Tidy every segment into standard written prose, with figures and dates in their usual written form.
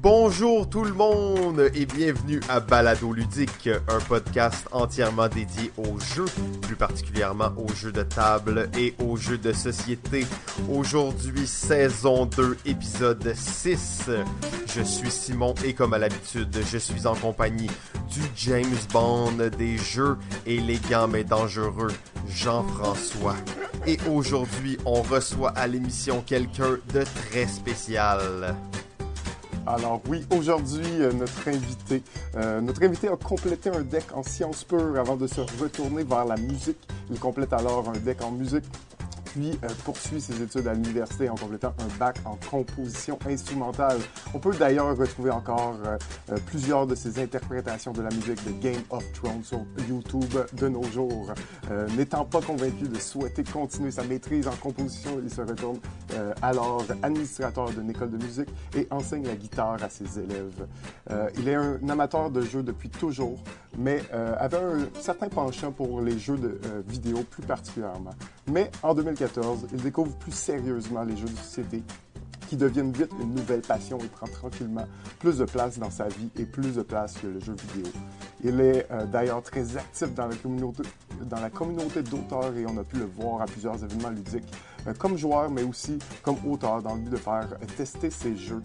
Bonjour tout le monde et bienvenue à Balado Ludique, un podcast entièrement dédié aux jeux, plus particulièrement aux jeux de table et aux jeux de société. Aujourd'hui, saison 2, épisode 6. Je suis Simon et comme à l'habitude, je suis en compagnie du James Bond des jeux élégants mais dangereux, Jean-François. Et aujourd'hui, on reçoit à l'émission quelqu'un de très spécial. Alors oui, aujourd'hui, notre invité a complété un deck en sciences pures avant de se retourner vers la musique. Il complète alors un deck en musique, puis poursuit ses études à l'université en complétant un bac en composition instrumentale. On peut d'ailleurs retrouver encore plusieurs de ses interprétations de la musique de Game of Thrones sur YouTube de nos jours. N'étant pas convaincu de souhaiter continuer sa maîtrise en composition, il se retourne alors administrateur d'une école de musique et enseigne la guitare à ses élèves. Il est un amateur de jeux depuis toujours, mais avait un certain penchant pour les jeux de vidéo plus particulièrement. Mais en 2014, il découvre plus sérieusement les jeux de société qui deviennent vite une nouvelle passion et prend tranquillement plus de place dans sa vie et plus de place que le jeu vidéo. Il est d'ailleurs très actif dans la communauté d'auteurs et on a pu le voir à plusieurs événements ludiques comme joueur mais aussi comme auteur dans le but de faire tester ses jeux.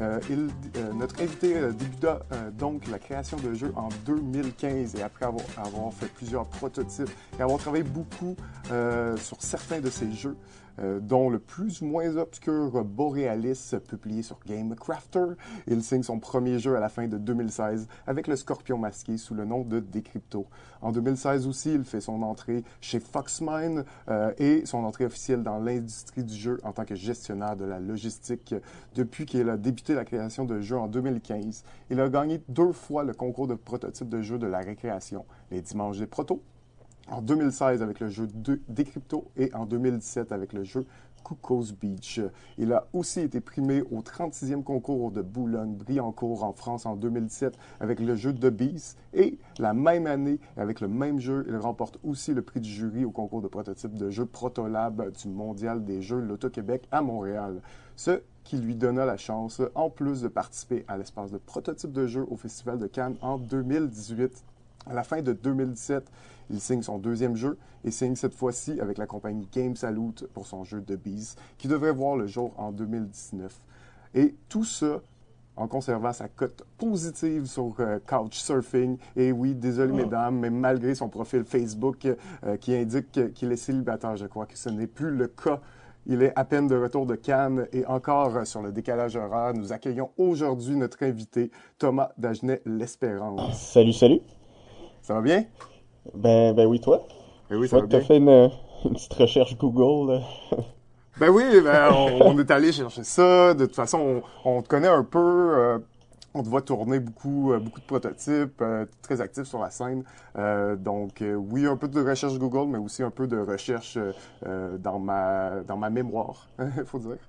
Notre invité débuta donc la création de jeux en 2015 et après avoir fait plusieurs prototypes et avoir travaillé beaucoup sur certains de ces jeux, dont le plus ou moins obscur Borealis, publié sur GameCrafter. Il signe son premier jeu à la fin de 2016 avec le Scorpion masqué sous le nom de Decrypto. En 2016 aussi, il fait son entrée chez Foxmine et son entrée officielle dans l'industrie du jeu en tant que gestionnaire de la logistique depuis qu'il a débuté la création de jeux en 2015. Il a gagné 2 fois le concours de prototype de jeux de la récréation, les Dimanches des Protos, en 2016 avec le jeu Decrypto et en 2017 avec le jeu Cuckoo's Beach. Il a aussi été primé au 36e concours de Boulogne-Billancourt en France en 2017 avec le jeu The Beast et la même année, avec le même jeu, il remporte aussi le prix du jury au concours de prototype de jeu Protolab du Mondial des Jeux Loto-Québec à Montréal. Ce qui lui donna la chance, en plus de participer à l'espace de prototype de jeu au Festival de Cannes en 2018. À la fin de 2017, il signe son deuxième jeu et signe cette fois-ci avec la compagnie Game Salute pour son jeu The Beast, qui devrait voir le jour en 2019. Et tout ça en conservant sa cote positive sur Couchsurfing. Et oui, désolé mesdames, mais malgré son profil Facebook qui indique qu'il est célibataire, je crois que ce n'est plus le cas. Il est à peine de retour de Cannes et encore sur le décalage horaire, nous accueillons aujourd'hui notre invité, Thomas Dagenet-L'Espérance. Salut. Ça va bien? Ben oui, toi? Ben oui, ça va bien. T'as fait une petite recherche Google, là. Ben oui, on est allé chercher ça. De toute façon, on te connaît un peu. On te voit tourner beaucoup de prototypes, très actif sur la scène. Donc, oui, un peu de recherche Google, mais aussi un peu de recherche dans ma mémoire, il faut dire.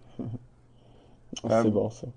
C'est bon, ça.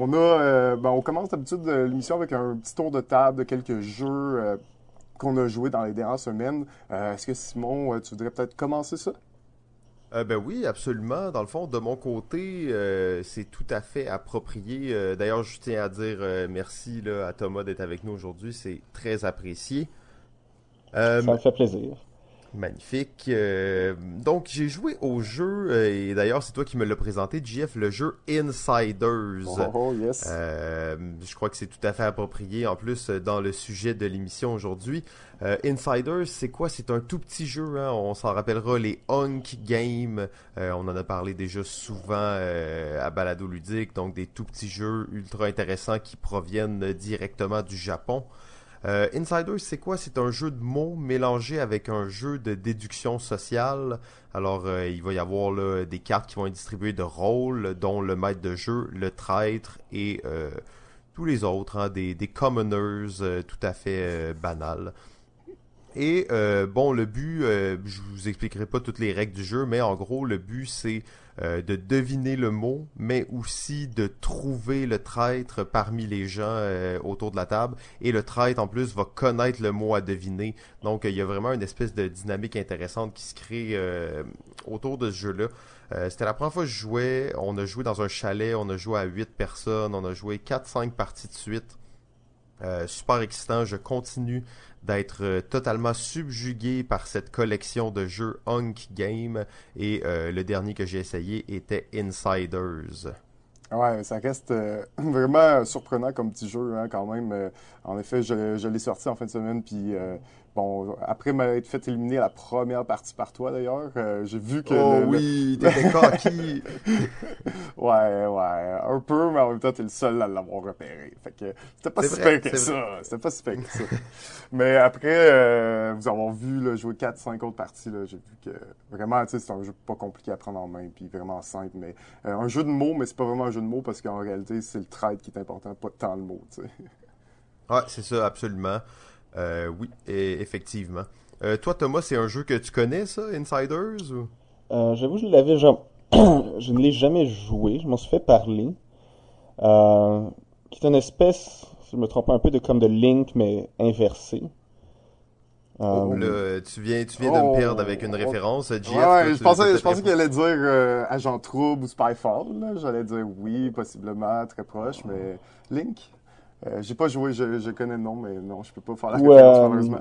On commence d'habitude l'émission avec un petit tour de table de quelques jeux qu'on a joué dans les dernières semaines. Est-ce que Simon, tu voudrais peut-être commencer ça? Ben oui, absolument. Dans le fond, de mon côté, c'est tout à fait approprié. D'ailleurs, je tiens à dire merci là, à Thomas d'être avec nous aujourd'hui. C'est très apprécié. Ça me fait plaisir. Magnifique. Donc, j'ai joué au jeu, et d'ailleurs, c'est toi qui me l'as présenté, JF, le jeu Insiders. Oh, yes. Je crois que c'est tout à fait approprié, en plus, dans le sujet de l'émission aujourd'hui. Insiders, c'est quoi? C'est un tout petit jeu, hein? On s'en rappellera, les Hunk Games. On en a parlé déjà souvent à Balado Ludique, donc des tout petits jeux ultra intéressants qui proviennent directement du Japon. Insiders, c'est quoi? C'est un jeu de mots mélangé avec un jeu de déduction sociale. Alors, il va y avoir là, des cartes qui vont être distribuées de rôles, dont le maître de jeu, le traître et tous les autres, hein, des commoners tout à fait banals. Et bon, le but, je vous expliquerai pas toutes les règles du jeu, mais en gros, le but c'est de deviner le mot, mais aussi de trouver le traître parmi les gens autour de la table. Et le traître, en plus, va connaître le mot à deviner. Donc, il y a vraiment une espèce de dynamique intéressante qui se crée autour de ce jeu-là. C'était la première fois que je jouais. On a joué dans un chalet, on a joué à 8 personnes, on a joué 4-5 parties de suite. Super excitant, je continue d'être totalement subjugué par cette collection de jeux Hunk Game et le dernier que j'ai essayé était Insiders. Ouais, ça reste vraiment surprenant comme petit jeu, hein, quand même. En effet, je l'ai sorti en fin de semaine, puis bon, après m'être fait éliminer la première partie par toi, d'ailleurs, j'ai vu que Oh oui, t'étais coquille! Ouais, un peu, mais en même temps, t'es le seul à l'avoir repéré. Fait que c'était pas C'est si vrai, pire que c'est vrai. ça. C'était pas si pire que ça. Mais après, vous avoir vu là, jouer 4-5 autres parties, là, j'ai vu que vraiment, tu sais, c'est un jeu pas compliqué à prendre en main, puis vraiment simple. Mais un jeu de mots, mais c'est pas vraiment un jeu de mots parce qu'en réalité, c'est le trait qui est important, pas tant le mot, tu sais. Ouais, c'est ça, absolument. Oui, effectivement. Toi, Thomas, c'est un jeu que tu connais, ça, Insiders? Ou... J'avoue, je l'avais jamais... je ne l'ai jamais joué, je m'en suis fait parler. Qui est une espèce, si je me trompe pas, un peu de comme de Link, mais inversé. Oh, Oh, là, tu viens de me perdre avec une oh, référence. JF, ouais, je pensais, t'as je peut-être pensais qu'il allait dire Agent Trouble ou Spyfall, là. J'allais dire oui, possiblement, très proche, mais Link? J'ai pas joué, je connais le nom, mais non, je peux pas faire la Ou, référence, malheureusement.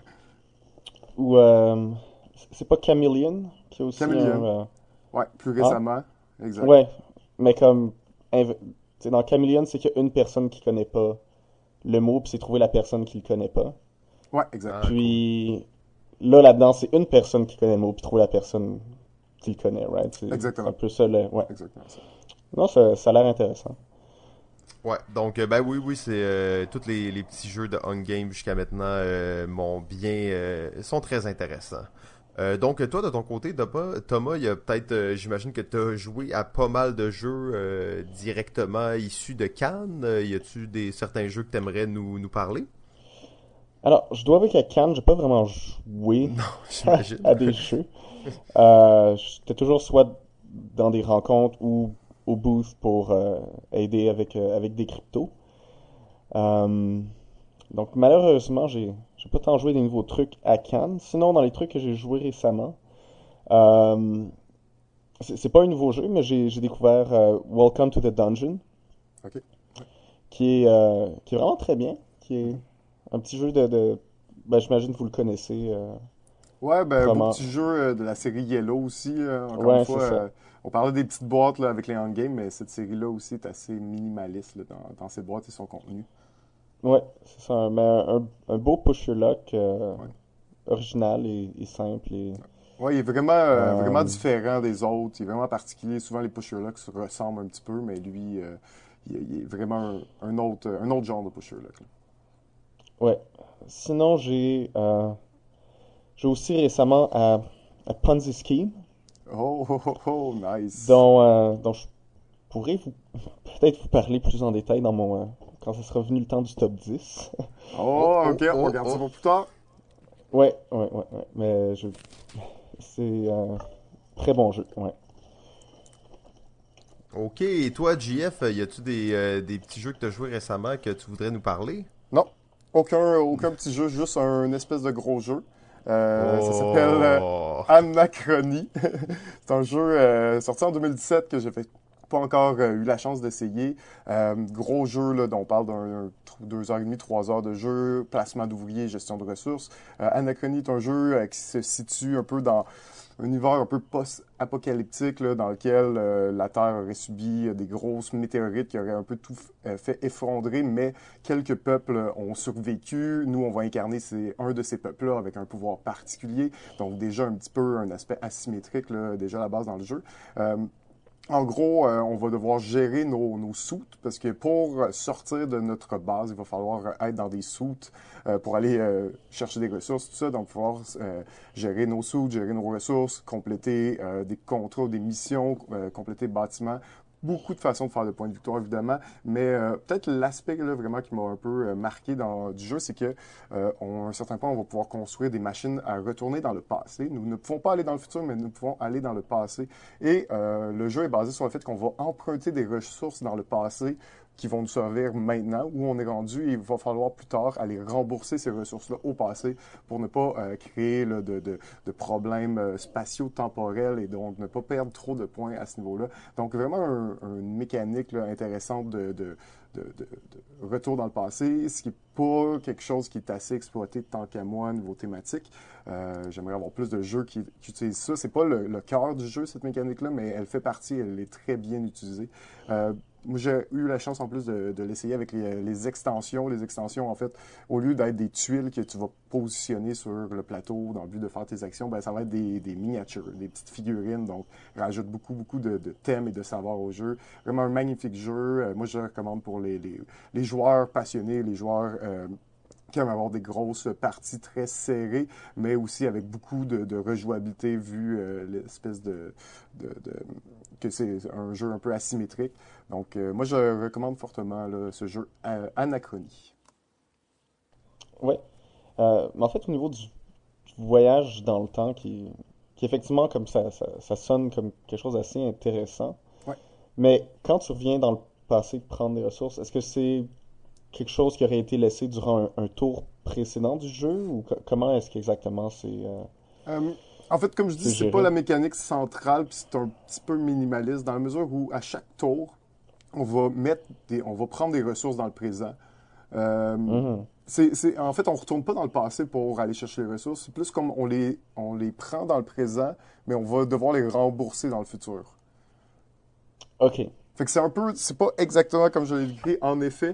ou c'est pas Chameleon, qui est aussi un... Chameleon. Ouais, plus Ah, récemment. Exact. ouais, mais comme... Tu sais, dans Chameleon, c'est qu'il y a une personne qui connaît pas le mot, puis c'est trouver la personne qui le connaît pas. Ouais, exact. Ah, cool. Puis là, là-dedans, c'est une personne qui connaît le mot, puis trouver la personne qui le connaît, right? C'est un Exactement. peu ça, le... Ouais. Exactement ça. Non, ça a l'air intéressant. Ouais, donc ben oui, c'est tous les petits jeux de Hunger Game jusqu'à maintenant m'ont bien sont très intéressants. Donc toi de ton côté, Thomas, il y a peut-être j'imagine que tu as joué à pas mal de jeux directement issus de Cannes. Y a-tu des certains jeux que tu aimerais nous parler? Alors, je dois avouer qu'à Cannes, j'ai pas vraiment joué Non, j'imagine. à des jeux. J'étais toujours soit dans des rencontres ou au booth pour aider avec des cryptos. Euh, donc malheureusement, j'ai pas tant joué des nouveaux trucs à Cannes. Sinon, dans les trucs que j'ai joué récemment, euh, c'est pas un nouveau jeu, mais j'ai découvert Welcome to the Dungeon, OK. qui est vraiment très bien, qui est Mhm. un petit jeu ben, j'imagine que vous le connaissez, Ouais, ben, beau probablement. petit jeu de la série Yellow aussi. Encore une Ouais, c'est fois, ça. on parlait des petites boîtes là, avec les handgames, mais cette série-là aussi est assez minimaliste là, dans ses boîtes et son contenu. Ouais, c'est ça. Mais un beau push your luck Ouais. original et simple. Ouais, il est vraiment, vraiment Euh, différent des autres. Il est vraiment particulier. Souvent, les Pusher Luck se ressemblent un petit peu, mais lui, il est vraiment un autre genre de Pusher Luck, là. ouais. Sinon, j'ai aussi récemment à Ponzi Scheme, Nice. dont je pourrais peut-être vous parler plus en détail quand ce sera venu le temps du top 10. Oh, Oh, oh, ok, on oh, regarde ça oh. pour plus tard. Ouais. Mais c'est un très bon jeu, ouais. Ok, et toi, JF, y a-tu des petits jeux que tu as joué récemment que tu voudrais nous parler? Non, aucun petit jeu, juste un espèce de gros jeu. Ça s'appelle Oh. Anachronie. C'est un jeu sorti en 2017 que j'ai fait pas encore eu la chance d'essayer. Gros jeu là, dont on parle d'un 2h30, 3 heures de jeu, placement d'ouvriers, gestion de ressources. Anachronie est un jeu qui se situe un peu dans un univers un peu post-apocalyptique là, dans lequel la Terre aurait subi des grosses météorites qui auraient un peu tout fait effondrer, mais quelques peuples ont survécu. Nous, on va incarner un de ces peuples-là avec un pouvoir particulier, donc déjà un petit peu un aspect asymétrique là, déjà à la base dans le jeu. En gros, on va devoir gérer nos soutes parce que pour sortir de notre base, il va falloir être dans des soutes pour aller chercher des ressources, tout ça. Donc, pouvoir gérer nos soutes, gérer nos ressources, compléter des contrats, des missions, compléter le bâtiment beaucoup de façons de faire le point de victoire, évidemment, mais peut-être l'aspect là, vraiment qui m'a un peu marqué du jeu, c'est que à un certain point, on va pouvoir construire des machines à retourner dans le passé. Nous ne pouvons pas aller dans le futur, mais nous pouvons aller dans le passé. Et le jeu est basé sur le fait qu'on va emprunter des ressources dans le passé qui vont nous servir maintenant, où on est rendu, et il va falloir plus tard aller rembourser ces ressources-là au passé pour ne pas créer là, de problèmes spatio-temporels et donc ne pas perdre trop de points à ce niveau-là. Donc vraiment une mécanique là, intéressante de retour dans le passé, ce qui n'est pas quelque chose qui est assez exploité tant qu'à moi au niveau thématique. J'aimerais avoir plus de jeux qui utilisent ça. C'est pas le cœur du jeu, cette mécanique-là, mais elle fait partie, elle est très bien utilisée. Moi, j'ai eu la chance en plus de l'essayer avec les extensions. Les extensions, en fait, au lieu d'être des tuiles que tu vas positionner sur le plateau dans le but de faire tes actions, ben, ça va être des miniatures, des petites figurines. Donc, rajoute beaucoup, beaucoup de thèmes et de savoir au jeu. Vraiment un magnifique jeu. Moi, je le recommande pour les joueurs passionnés, les joueurs qui aiment avoir des grosses parties très serrées, mais aussi avec beaucoup de rejouabilité vu l'espèce que c'est un jeu un peu asymétrique. Donc, moi, je recommande fortement là, ce jeu Anachronie. Ouais. Mais en fait, au niveau du voyage dans le temps, qui effectivement, comme ça sonne comme quelque chose d'assez intéressant. Ouais. Mais quand tu reviens dans le passé prendre des ressources, est-ce que c'est quelque chose qui aurait été laissé durant un tour précédent du jeu ou comment est-ce qu'exactement En fait, comme je dis, c'est c'est pas géré? la mécanique centrale, puis c'est un petit peu minimaliste, dans la mesure où à chaque tour, on va prendre des ressources dans le présent. Mhm. En fait, on retourne pas dans le passé pour aller chercher les ressources. C'est plus comme on les prend dans le présent, mais on va devoir les rembourser dans le futur. Ok. Fait que c'est pas exactement comme je l'ai décrit, en effet,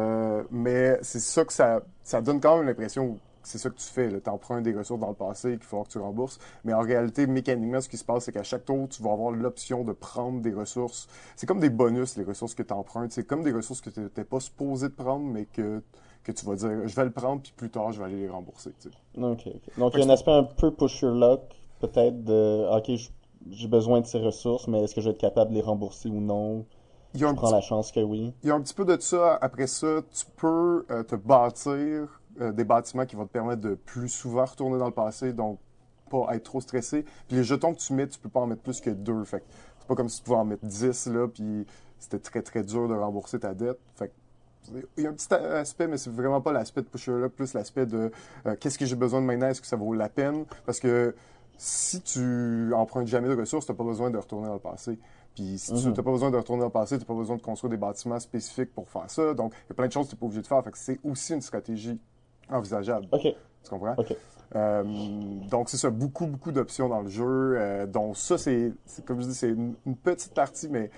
mais c'est ça que ça donne quand même l'impression que c'est ça que tu fais. Tu empruntes des ressources dans le passé qu'il faut que tu rembourses. Mais en réalité, mécaniquement, ce qui se passe, c'est qu'à chaque tour, tu vas avoir l'option de prendre des ressources. C'est comme des bonus, les ressources que tu empruntes. C'est comme des ressources que tu n'étais pas supposé de prendre, mais que tu vas dire, je vais le prendre, puis plus tard, je vais aller les rembourser. Tu sais. Ok, ok. Donc Fait il y que a un aspect un peu push your luck, peut-être de ok, j'ai besoin de ces ressources, mais est-ce que je vais être capable de les rembourser ou non? il y a Je un prends petit la chance que oui. Il y a un petit peu de ça. Après ça, tu peux te bâtir des bâtiments qui vont te permettre de plus souvent retourner dans le passé, donc pas être trop stressé. Puis les jetons que tu mets, tu peux pas en mettre plus que 2. Fait que c'est pas comme si tu pouvais en mettre 10, là, puis c'était très très dur de rembourser ta dette. Fait que il y a un petit aspect, mais c'est vraiment pas l'aspect de pusher là, plus l'aspect de qu'est-ce que j'ai besoin de maintenant, est-ce que ça vaut la peine? Parce que si tu empruntes jamais de ressources, tu n'as pas besoin de retourner dans le passé. Puis si tu n'as Mhm. pas besoin de retourner dans le passé, tu n'as pas besoin de construire des bâtiments spécifiques pour faire ça. Donc, il y a plein de choses que tu n'es pas obligé de faire. Fait que c'est aussi une stratégie envisageable. Ok, Tu comprends? ok. Euh, donc, c'est ça, beaucoup, beaucoup d'options dans le jeu. Donc, ça, comme je dis, c'est une petite partie, mais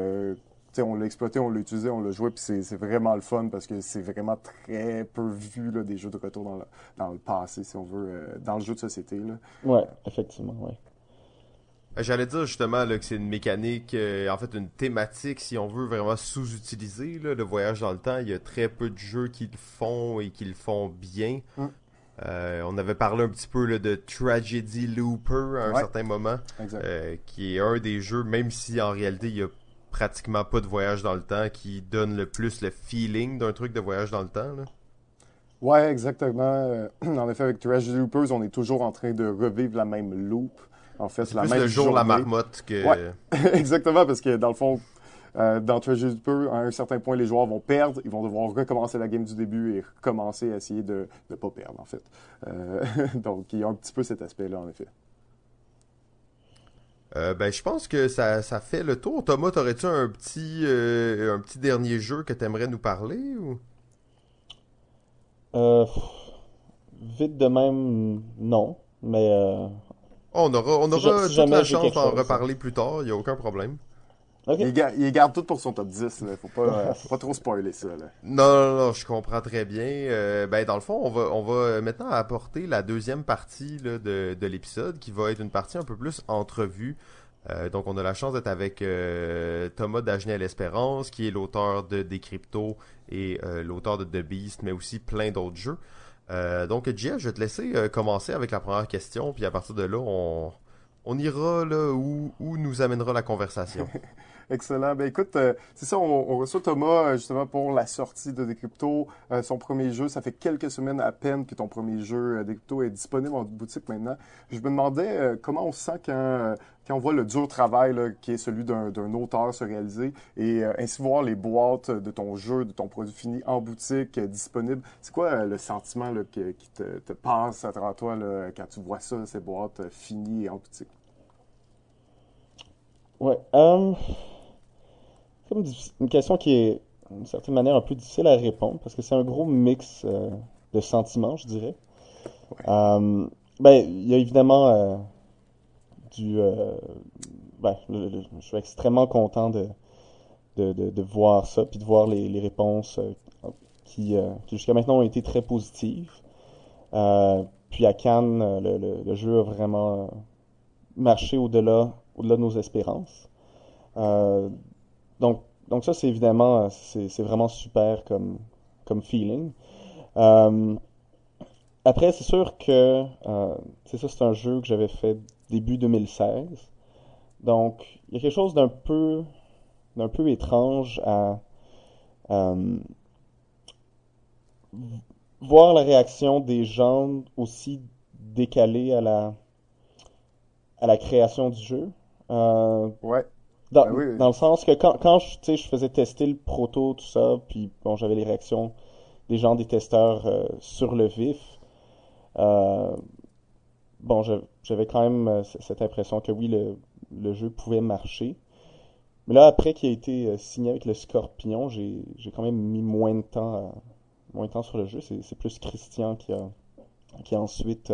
tu sais, on l'a exploité, on l'a utilisé, on l'a joué, puis c'est vraiment le fun parce que c'est vraiment très peu vu là, des jeux de retour dans le passé, si on veut, dans le jeu de société. Là. Ouais, effectivement, ouais. J'allais dire justement là, que c'est une mécanique, en fait une thématique, si on veut, vraiment sous-utilisée, là, le voyage dans le temps. Il y a très peu de jeux qui le font et qui le font bien. Hum, On avait parlé un petit peu là, de Tragedy Looper à un Ouais, certain moment, exact. qui est un des jeux, même si en réalité il y a pratiquement pas de voyage dans le temps, qui donne le plus le feeling d'un truc de voyage dans le temps. Là. Ouais, exactement. En effet, avec Tragedy Loopers, on est toujours en train de revivre la même loop. En fait, C'est la plus même le jour la journée. marmotte Ouais, que... exactement, parce que dans le fond, dans Treasure Keeper, à un certain point, les joueurs vont perdre, ils vont devoir recommencer la game du début et recommencer à essayer de ne pas perdre, en fait. Donc, il y a un petit peu cet aspect-là, en effet. Ben, je pense que ça fait le tour. Thomas, t'aurais-tu un petit dernier jeu que t'aimerais nous parler ou... Euh, vite de même, non. Mais Oh, on aura si toute la jamais j'ai chance quelque d'en chose. reparler plus tard, il n'y a aucun problème. Ok. Il les garde tout pour son top 10, là. Faut pas trop spoiler ça, là. Non, non, non, je comprends très bien. Ben, dans le fond, on va maintenant apporter la deuxième partie là, de l'épisode, qui va être une partie un peu plus entrevue. Donc, on a la chance d'être avec Thomas Dagenais-L'Espérance, qui est l'auteur de Décrypto et l'auteur de The Beast, mais aussi plein d'autres jeux. Donc, Jeff, je vais te laisser commencer avec la première question, puis à partir de là, on ira là où nous amènera la conversation. Excellent. Ben écoute, c'est ça, on reçoit Thomas justement pour la sortie de Decrypto. Son premier jeu, ça fait quelques semaines à peine que ton premier jeu Decrypto est disponible en boutique maintenant. Je me demandais comment on se sent quand on voit le dur travail là, qui est celui d'un auteur se réaliser et ainsi voir les boîtes de ton jeu, de ton produit fini en boutique, disponible. C'est quoi le sentiment là, qui te passe à travers toi là, quand tu vois ça, ces boîtes finies et en boutique? Ouais, c'est comme une question qui est, d'une certaine manière, un peu difficile à répondre parce que c'est un gros mix de sentiments, je dirais. Ouais. Ben, il y a évidemment du, ben, je suis extrêmement content de voir ça, puis de voir les réponses qui jusqu'à maintenant ont été très positives. Puis à Cannes, le jeu a vraiment marché au-delà de nos espérances. Euh, donc ça, c'est évidemment, c'est vraiment super comme feeling. Euh, Après, c'est sûr que, c'est ça, c'est un jeu que j'avais fait début 2016. Donc, il y a quelque chose d'un peu étrange à euh, voir la réaction des gens aussi décalée à la création du jeu. Euh, Ouais. dans, Ben oui, dans le sens que quand tu sais, je faisais tester le proto, tout ça, puis bon, j'avais les réactions des gens, des testeurs sur le vif. euh, bon, j'avais quand même cette impression que oui, le jeu pouvait marcher. Mais là, après qu'il a été signé avec le Scorpion, j'ai quand même mis moins de temps sur le jeu. C'est plus Christian qui a ensuite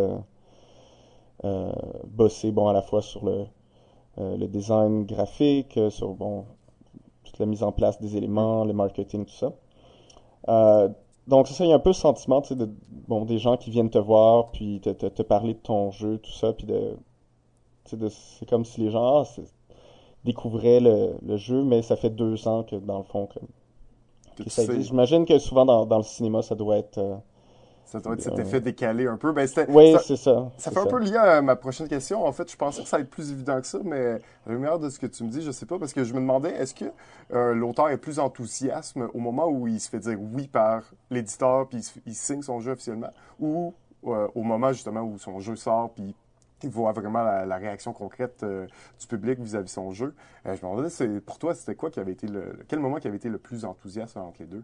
bossé, bon, à la fois sur le design graphique, sur, bon, toute la mise en place des hum, éléments, le marketing, tout ça. Euh, donc, c'est ça, il y a un peu ce sentiment, tu sais, bon, des gens qui viennent te voir, puis te parler de ton jeu, tout ça, puis tu sais, c'est comme si les gens découvraient le jeu, mais ça fait 2 ans que, dans le fond, que que tu ça existe. sais. J'imagine que souvent dans le cinéma, ça doit être... Ça doit être cet euh, effet décalé un peu. Ben, Oui, c'est ça, ça c'est fait un peu ça. lié à ma prochaine question. En fait, je pensais que ça allait être plus évident que ça, mais à la lumière de ce que tu me dis, je sais pas, parce que je me demandais, est-ce que l'auteur est plus enthousiaste au moment où il se fait dire oui par l'éditeur, puis il signe son jeu officiellement, ou au moment justement où son jeu sort, puis il voit vraiment la réaction concrète du public vis-à-vis de son jeu. Je me demandais, pour toi, c'était quoi qui avait été quel moment qui avait été le plus enthousiaste entre les deux?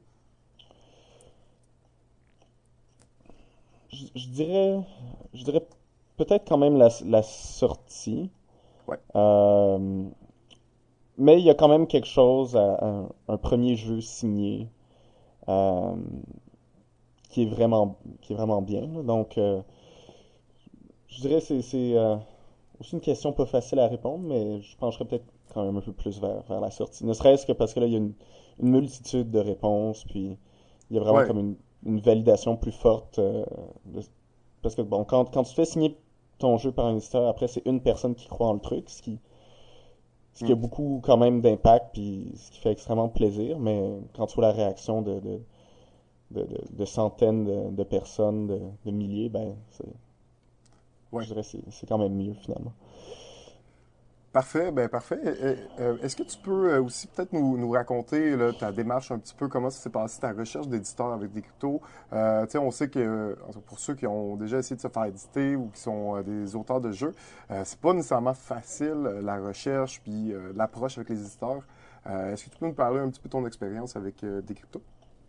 Je dirais peut-être quand même la sortie. Ouais. Euh, mais il y a quand même quelque chose à un premier jeu signé euh, qui est vraiment bien, là. Donc, je dirais que c'est aussi une question pas facile à répondre, mais je pencherais peut-être quand même un peu plus vers la sortie. Ne serait-ce que parce que là, il y a une multitude de réponses, puis il y a vraiment Ouais. comme une validation plus forte. Parce que, bon, quand tu fais signer ton jeu par un éditeur, après, c'est une personne qui croit en le truc, ce qui a Hmm. beaucoup quand même d'impact, puis ce qui fait extrêmement plaisir, mais quand tu vois la réaction de centaines de personnes, de milliers, ben, je Ouais. dirais que c'est quand même mieux finalement. Parfait, ben parfait. Est-ce que tu peux aussi peut-être nous raconter là, ta démarche un petit peu, comment ça s'est passé, ta recherche d'éditeur avec des cryptos? Tu sais, on sait que, en tout cas, pour ceux qui ont déjà essayé de se faire éditer ou qui sont des auteurs de jeux, c'est pas nécessairement facile, la recherche puis l'approche avec les éditeurs. Est-ce que tu peux nous parler un petit peu de ton expérience avec des cryptos?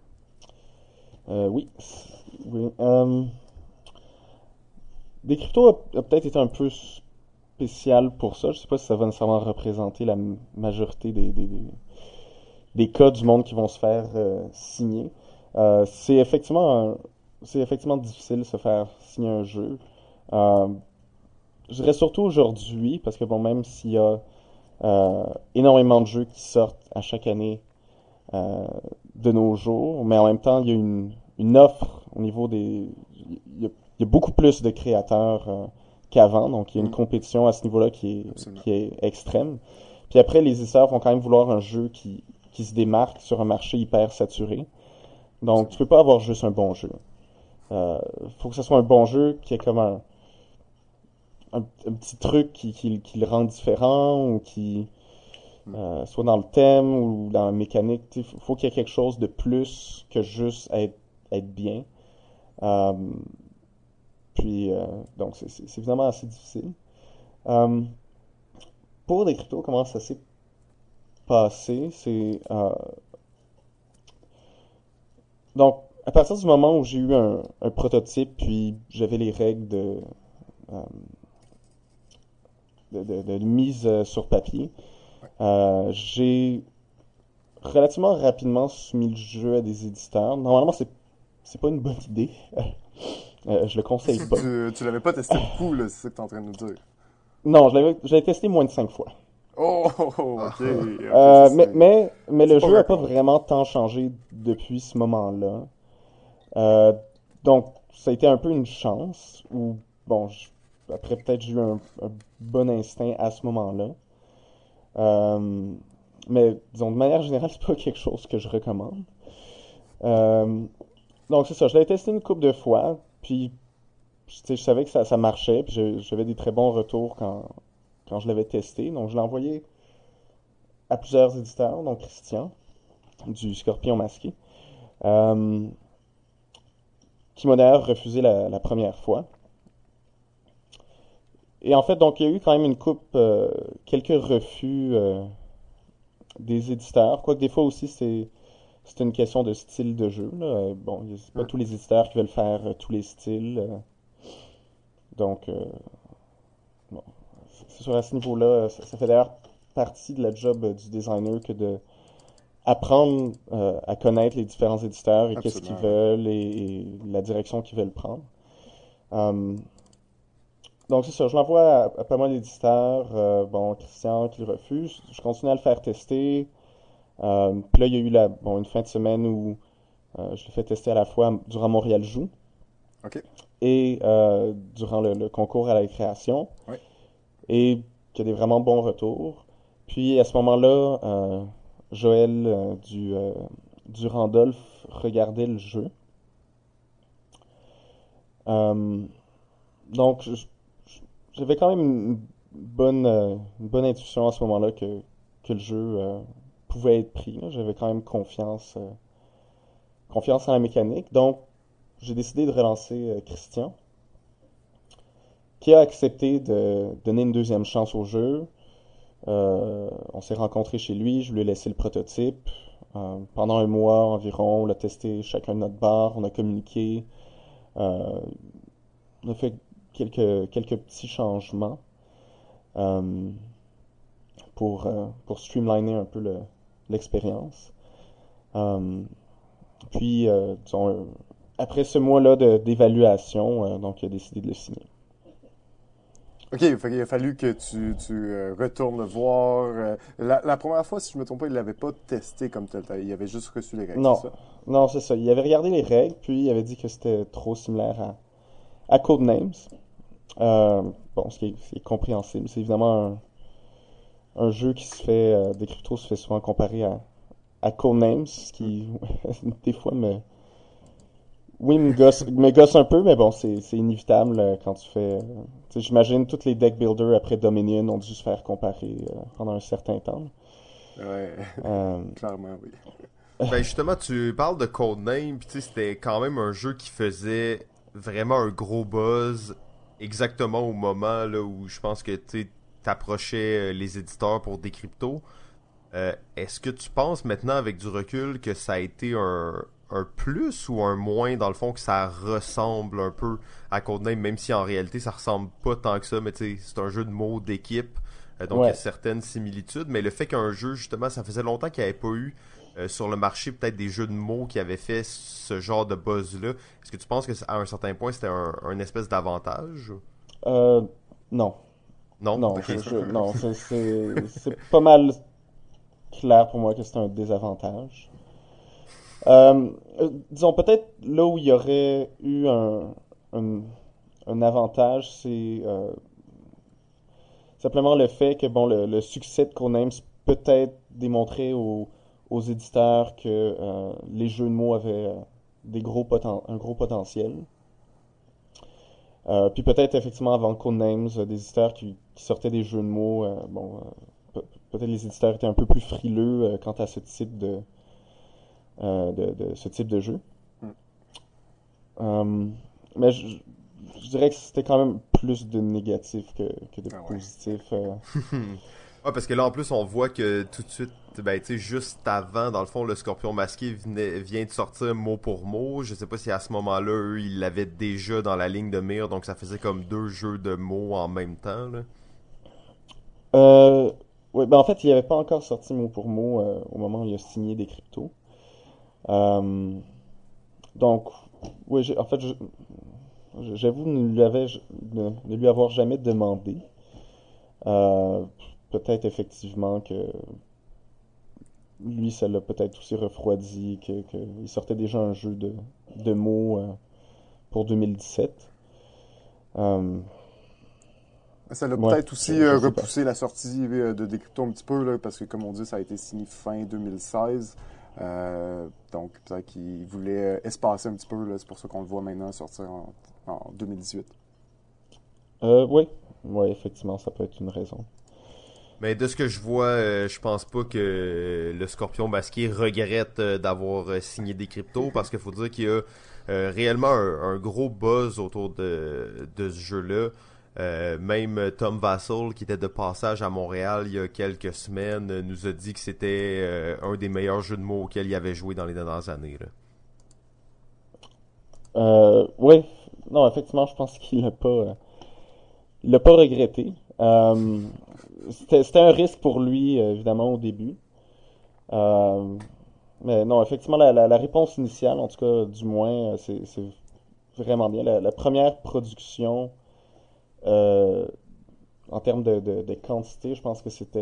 Oui, oui. Des cryptos a peut-être été un peu spécial pour ça. Je sais pas si ça va nécessairement représenter la majorité des cas du monde qui vont se faire signer. Euh, c'est effectivement un- c'est effectivement difficile de se faire signer un jeu. Euh, je dirais surtout aujourd'hui, parce que bon, même s'il y a euh, énormément de jeux qui sortent à chaque année euh, de nos jours, mais en même temps, il y a une offre au niveau des... il y a beaucoup plus de créateurs qu'avant, donc il y a une Hmm, compétition à ce niveau-là qui est, absolument. qui est extrême. Puis après, les éditeurs vont quand même vouloir un jeu qui se démarque sur un marché hyper saturé. Donc, tu Absolument. peux pas avoir juste un bon jeu. Faut que ce soit un bon jeu qui est comme un petit truc qui le rend différent ou qui... soit dans le thème ou dans la mécanique. Il faut qu'il y ait quelque chose de plus que juste être bien. Euh, donc, c'est évidemment assez difficile. Euh, pour Decrypto, comment ça s'est passé? Donc, à partir du moment où j'ai eu un prototype, puis j'avais les règles euh, de mise sur papier, j'ai relativement rapidement soumis le jeu à des éditeurs. Normalement, c'est pas une bonne idée. Je le conseille pas. Tu l'avais pas testé beaucoup, là, c'est ça que tu es en train de nous dire. Non, j'avais testé moins de 5 fois. Oh, ok. Mais le pas jeu a pas record. vraiment tant changé depuis ce moment-là. Euh, donc, ça a été un peu une chance, ou bon, après peut-être j'ai eu un bon instinct à ce moment-là. Euh, mais disons, de manière générale, c'est pas quelque chose que je recommande. Euh, donc c'est ça, je l'avais testé une couple de fois, puis tu sais, je savais que ça marchait, puis j'avais des très bons retours quand je l'avais testé. Donc je l'ai envoyé à plusieurs éditeurs, dont Christian, du Scorpion Masqué, euh, qui m'a d'ailleurs refusé la première fois. Et en fait, donc il y a eu quand même quelques refus des éditeurs, quoique des fois aussi c'est une question de style de jeu, là. Bon, c'est pas Hmm. tous les éditeurs qui veulent faire tous les styles. Donc, bon, c'est sûr, à ce niveau-là, ça fait d'ailleurs partie de la job du designer que de apprendre à connaître les différents éditeurs et qu'est-ce qu'ils Absolument, oui. veulent et la direction qu'ils veulent prendre. Euh, donc, c'est ça, je l'envoie à pas mal d'éditeurs. Bon, Christian qui le refuse. Je continue à le faire tester. Puis là, il y a eu une fin de semaine où je l'ai fait tester à la fois durant Montréal Joue Ok. et durant le concours à la création. Oui. Et qu'il y a des vraiment bons retours. Puis à ce moment-là, Joël du Randolph regardait le jeu. Euh, donc j'avais quand même une bonne intuition à ce moment-là que le jeu pouvait être pris, là. J'avais quand même confiance en la mécanique. Donc j'ai décidé de relancer Christian, qui a accepté de donner une deuxième chance au jeu. On s'est rencontrés chez lui, je lui ai laissé le prototype. Pendant un mois environ, on l'a testé chacun de notre bar, on a communiqué, euh, on a fait quelques petits changements euh, pour streamliner un peu l'expérience. Euh, puis, disons, après ce mois-là d'évaluation, donc il a décidé de le signer. Ok, il a fallu que tu retournes le voir. La première fois, si je me trompe pas, il l'avait pas testé comme tel. Il avait juste reçu les règles, c'est Non, ça? non, c'est ça. Il avait regardé les règles, puis il avait dit que c'était trop similaire à Codenames. Euh, bon, ce qui est compréhensible. C'est évidemment un jeu qui se fait, des cryptos se fait souvent comparer à Codenames, ce Hmm. qui, des fois, oui, me gosse un peu, mais bon, c'est inévitable quand tu fais, tu sais, j'imagine tous les deck builders après Dominion ont dû se faire comparer pendant un certain temps. Ouais, Euh, clairement, oui. Ben justement, tu parles de Codename, puis tu sais, c'était quand même un jeu qui faisait vraiment un gros buzz exactement au moment là où je pense que tu t'approchais les éditeurs pour Decrypto. Est-ce que tu penses maintenant avec du recul que ça a été un plus ou un moins dans le fond que ça ressemble un peu à Codename, même si en réalité ça ressemble pas tant que ça, mais tu sais, c'est un jeu de mots d'équipe, donc il y a ouais. certaines similitudes, mais le fait qu'un jeu, justement, ça faisait longtemps qu'il n'y avait pas eu sur le marché peut-être des jeux de mots qui avaient fait ce genre de buzz-là, est-ce que tu penses que à un certain point c'était un espèce d'avantage? Euh, non, Non? non, Ok. non, c'est pas mal clair pour moi que c'est un désavantage. Euh, Disons peut-être là où il y aurait eu un, un avantage, c'est simplement le fait que bon, le succès de Codenames peut-être démontrer aux éditeurs que les jeux de mots avaient un gros potentiel. Puis peut-être effectivement avant Codenames, des éditeurs qui sortaient des jeux de mots, bon, peut-être les éditeurs étaient un peu plus frileux quant à ce type ce type de jeu. Mm. Mais je dirais que c'était quand même plus de négatifs que de Ah ouais. positifs. Ouais, parce que là, en plus, on voit que tout de suite, ben, tu sais, juste avant, dans le fond, le Scorpion Masqué vient de sortir mot pour mot. Je sais pas si à ce moment-là, eux, ils l'avaient déjà dans la ligne de mire, donc ça faisait comme deux jeux de mots en même temps, là. Euh, ouais, ben en fait, il n'avait pas encore sorti mot pour mot au moment où il a signé des cryptos. Euh, donc, oui, en fait, j'avoue ne lui avoir jamais demandé. Euh, Peut-être effectivement que lui, ça l'a peut-être aussi refroidi, il sortait déjà un jeu de mots pour 2017. Euh, Ça l'a ouais, peut-être aussi je sais pas. repoussé la sortie de Décrypto un petit peu, là, parce que comme on dit, ça a été signé fin 2016. Donc peut-être qu'il voulait espacer un petit peu, là, c'est pour ça qu'on le voit maintenant sortir en 2018. Oui, ouais, effectivement, ça peut être une raison. Mais de ce que je vois, je pense pas que le Scorpion Masqué regrette d'avoir signé des cryptos, parce qu'il faut dire qu'il y a réellement un gros buzz autour de ce jeu-là. Même Tom Vassell, qui était de passage à Montréal il y a quelques semaines, nous a dit que c'était un des meilleurs jeux de mots auxquels il avait joué dans les dernières années, là. Oui, non, effectivement, je pense il l'a pas regretté. C'était un risque pour lui, évidemment, au début. Euh, mais non, effectivement, la réponse initiale, en tout cas, du moins, c'est vraiment bien. La première production, euh, en termes de quantité, je pense que c'était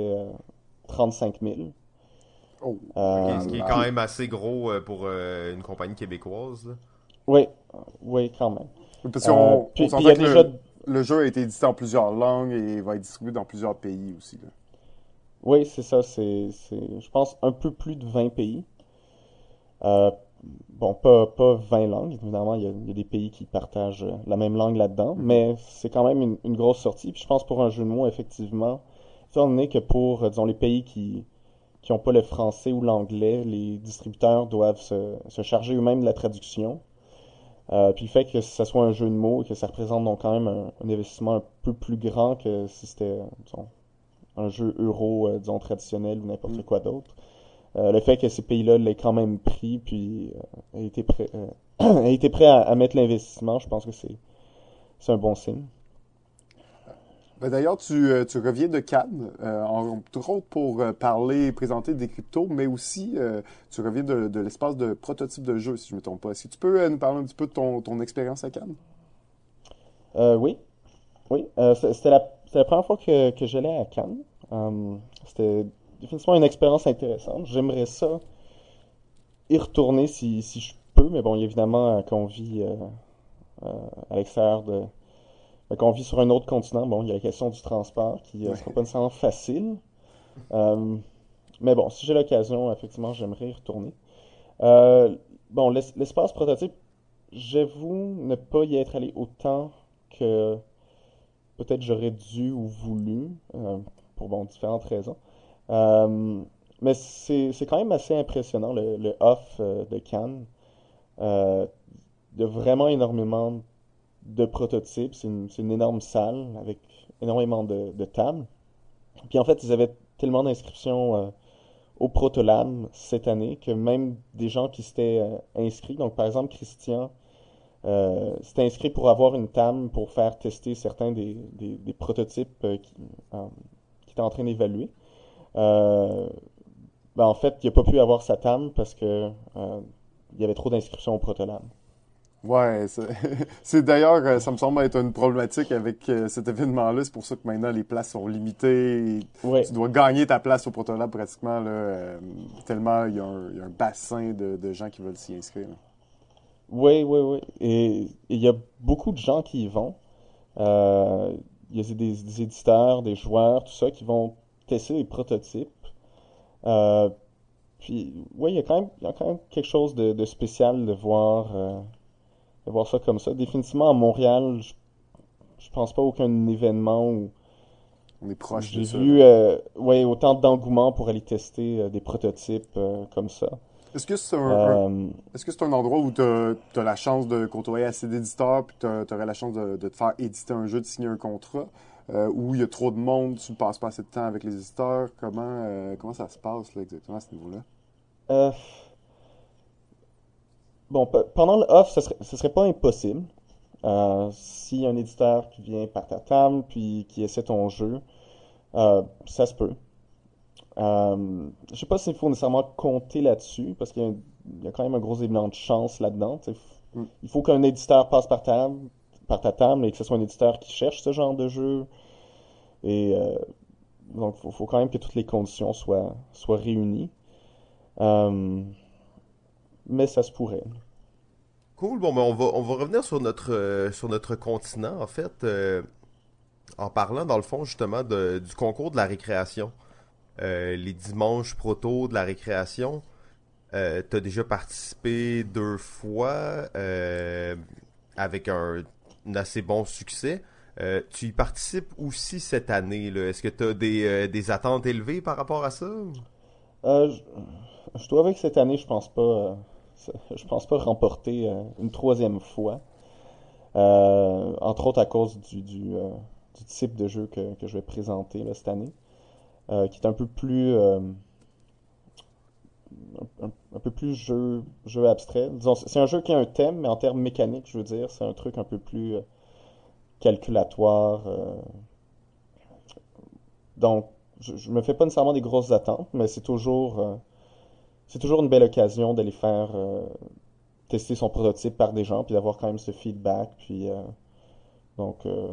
35 000. Oh, Ok, là ce qui est quand là. Puis, même assez gros pour une compagnie québécoise, là. oui, oui, quand même. Parce qu'on Puis il y s'entend a que déjà, le jeu a été édité en plusieurs langues et va être distribué dans plusieurs pays aussi, là. oui, c'est ça, je pense, un peu plus de 20 pays. Euh, bon, pas 20 langues, évidemment, il y a des pays qui partagent la même langue là-dedans, Mhm. mais c'est quand même une grosse sortie. Puis je pense pour un jeu de mots, effectivement, étant donné que pour, disons, les pays qui ont pas le français ou l'anglais, les distributeurs doivent se charger eux-mêmes de la traduction. Puis le fait que ça soit un jeu de mots et que ça représente donc quand même un investissement un peu plus grand que si c'était, disons, un jeu euro, disons, traditionnel ou n'importe Mm. quoi d'autre. Le fait que ces pays-là l'aient quand même pris, puis aient été prêts à mettre l'investissement, je pense que c'est un bon signe. Ben, d'ailleurs, tu reviens de Cannes, entre autres pour parler et présenter des cryptos, mais aussi tu reviens de l'espace de prototype de jeu, si je ne me trompe pas. Est-ce que tu peux nous parler un petit peu de ton expérience à Cannes? Oui, oui. C'était la première fois que j'allais à Cannes. C'était définitivement une expérience intéressante. J'aimerais ça y retourner si je peux, mais bon, évidemment, qu'on vit à l'extérieur qu'on vit sur un autre continent, bon, il y a la question du transport qui ne Ouais. sera pas nécessairement facile. Euh, mais bon, si j'ai l'occasion, effectivement, j'aimerais y retourner. Euh, bon, l'espace prototype, j'avoue ne pas y être allé autant que peut-être j'aurais dû ou voulu, pour bon, différentes raisons. Euh, mais c'est quand même assez impressionnant, le off de Cannes. Euh, il y a vraiment énormément de prototypes. C'est une énorme salle avec énormément de tables. Puis en fait, ils avaient tellement d'inscriptions au Protolab cette année que même des gens qui s'étaient inscrits, donc par exemple Christian, s'était inscrit pour avoir une table pour faire tester certains des prototypes qui étaient en train d'évaluer. Euh, ben en fait, il n'a pas pu avoir sa table parce que il y avait trop d'inscriptions au Protolab. Ouais, c'est d'ailleurs, ça me semble être une problématique avec cet événement-là. C'est pour ça que maintenant les places sont limitées. Et Ouais, tu dois gagner ta place au Protolab pratiquement, là, tellement il y a un bassin de gens qui veulent s'y inscrire, là. oui. Et il y a beaucoup de gens qui y vont. Euh, il y a des éditeurs, des joueurs, tout ça, qui vont tester des prototypes. Euh, Puis, oui, il y a quand même quelque chose de spécial de voir ça comme ça. Définitivement, à Montréal, je pense pas aucun événement On est proche de J'ai ça, là. vu ouais, autant d'engouement pour aller tester des prototypes comme ça. Est-ce que c'est Euh, est-ce que c'est un endroit où tu as la chance de côtoyer assez d'éditeurs, puis tu aurais la chance de te faire éditer un jeu, de signer un contrat, où il y a trop de monde, tu ne passes pas assez de temps avec les éditeurs? Comment ça se passe là, exactement à ce niveau-là? euh, bon, pendant le off, ce serait pas impossible. Si un éditeur qui vient par ta table puis qui essaie ton jeu, ça se peut. Je sais pas s'il faut nécessairement compter là-dessus, parce il y a quand même un gros élément de chance là-dedans. Tu sais. Hmm. Il faut qu'un éditeur passe par ta table, et que ce soit un éditeur qui cherche ce genre de jeu. Et donc, faut quand même que toutes les conditions soient réunies. Euh, mais ça se pourrait. Cool, bon, ben on va revenir sur notre continent, en fait, en parlant, dans le fond, justement, du concours de la récréation. Les dimanches proto de la récréation. T'as déjà participé 2 fois avec un assez bon succès. Tu y participes aussi cette année, là. Est-ce que tu as des attentes élevées par rapport à ça? Euh, je, je dois avouer que cette année, je pense pas remporter une troisième fois. Entre autres à cause du type de jeu que je vais présenter là, cette année, qui est un peu plus un peu plus jeu abstrait. Disons, c'est un jeu qui a un thème, mais en termes mécaniques, je veux dire, c'est un truc un peu plus calculatoire. Donc, je me fais pas nécessairement des grosses attentes, mais c'est toujours une belle occasion d'aller faire tester son prototype par des gens, puis d'avoir quand même ce feedback. Puis donc, euh,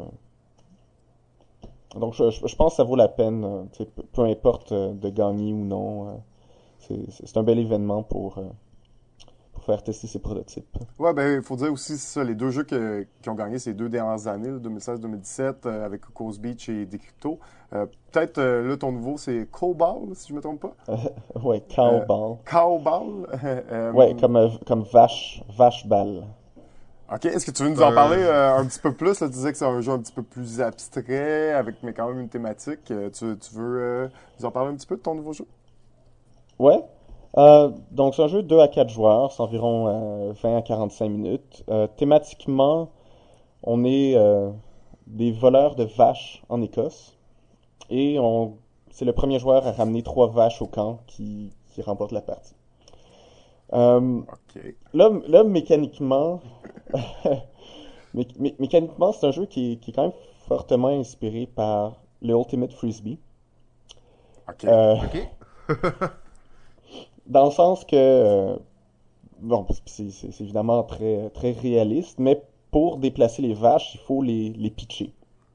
je pense que ça vaut la peine, tu sais, peu importe de gagner ou non. C'est un bel événement pour faire tester ses prototypes. Ouais, ben, il faut dire aussi, c'est ça, les deux jeux qui ont gagné ces 2 dernières années, 2016-2017, avec Coast Beach et Decrypto. Peut-être, là, ton nouveau, c'est Cobalt, si je me trompe pas. Ouais, Euh, cowball. Cowball. Ouais, comme vache balle. OK, est-ce que tu veux nous C'est en un parler un petit peu plus? Là, tu disais que c'est un jeu un petit peu plus abstrait, mais quand même une thématique. Tu veux nous en parler un petit peu de ton nouveau jeu? Ouais. Donc, c'est un jeu de 2 à 4 joueurs, c'est environ 20 à 45 minutes. Thématiquement, on est des voleurs de vaches en Écosse. Et c'est le premier joueur à ramener 3 vaches au camp qui remporte la partie. Euh, OK. là, mécaniquement, mécaniquement, c'est un jeu qui est quand même fortement inspiré par le Ultimate Frisbee. OK. Euh, OK. Dans le sens que, bon, c'est évidemment très, très réaliste, mais pour déplacer les vaches, il faut les pitcher.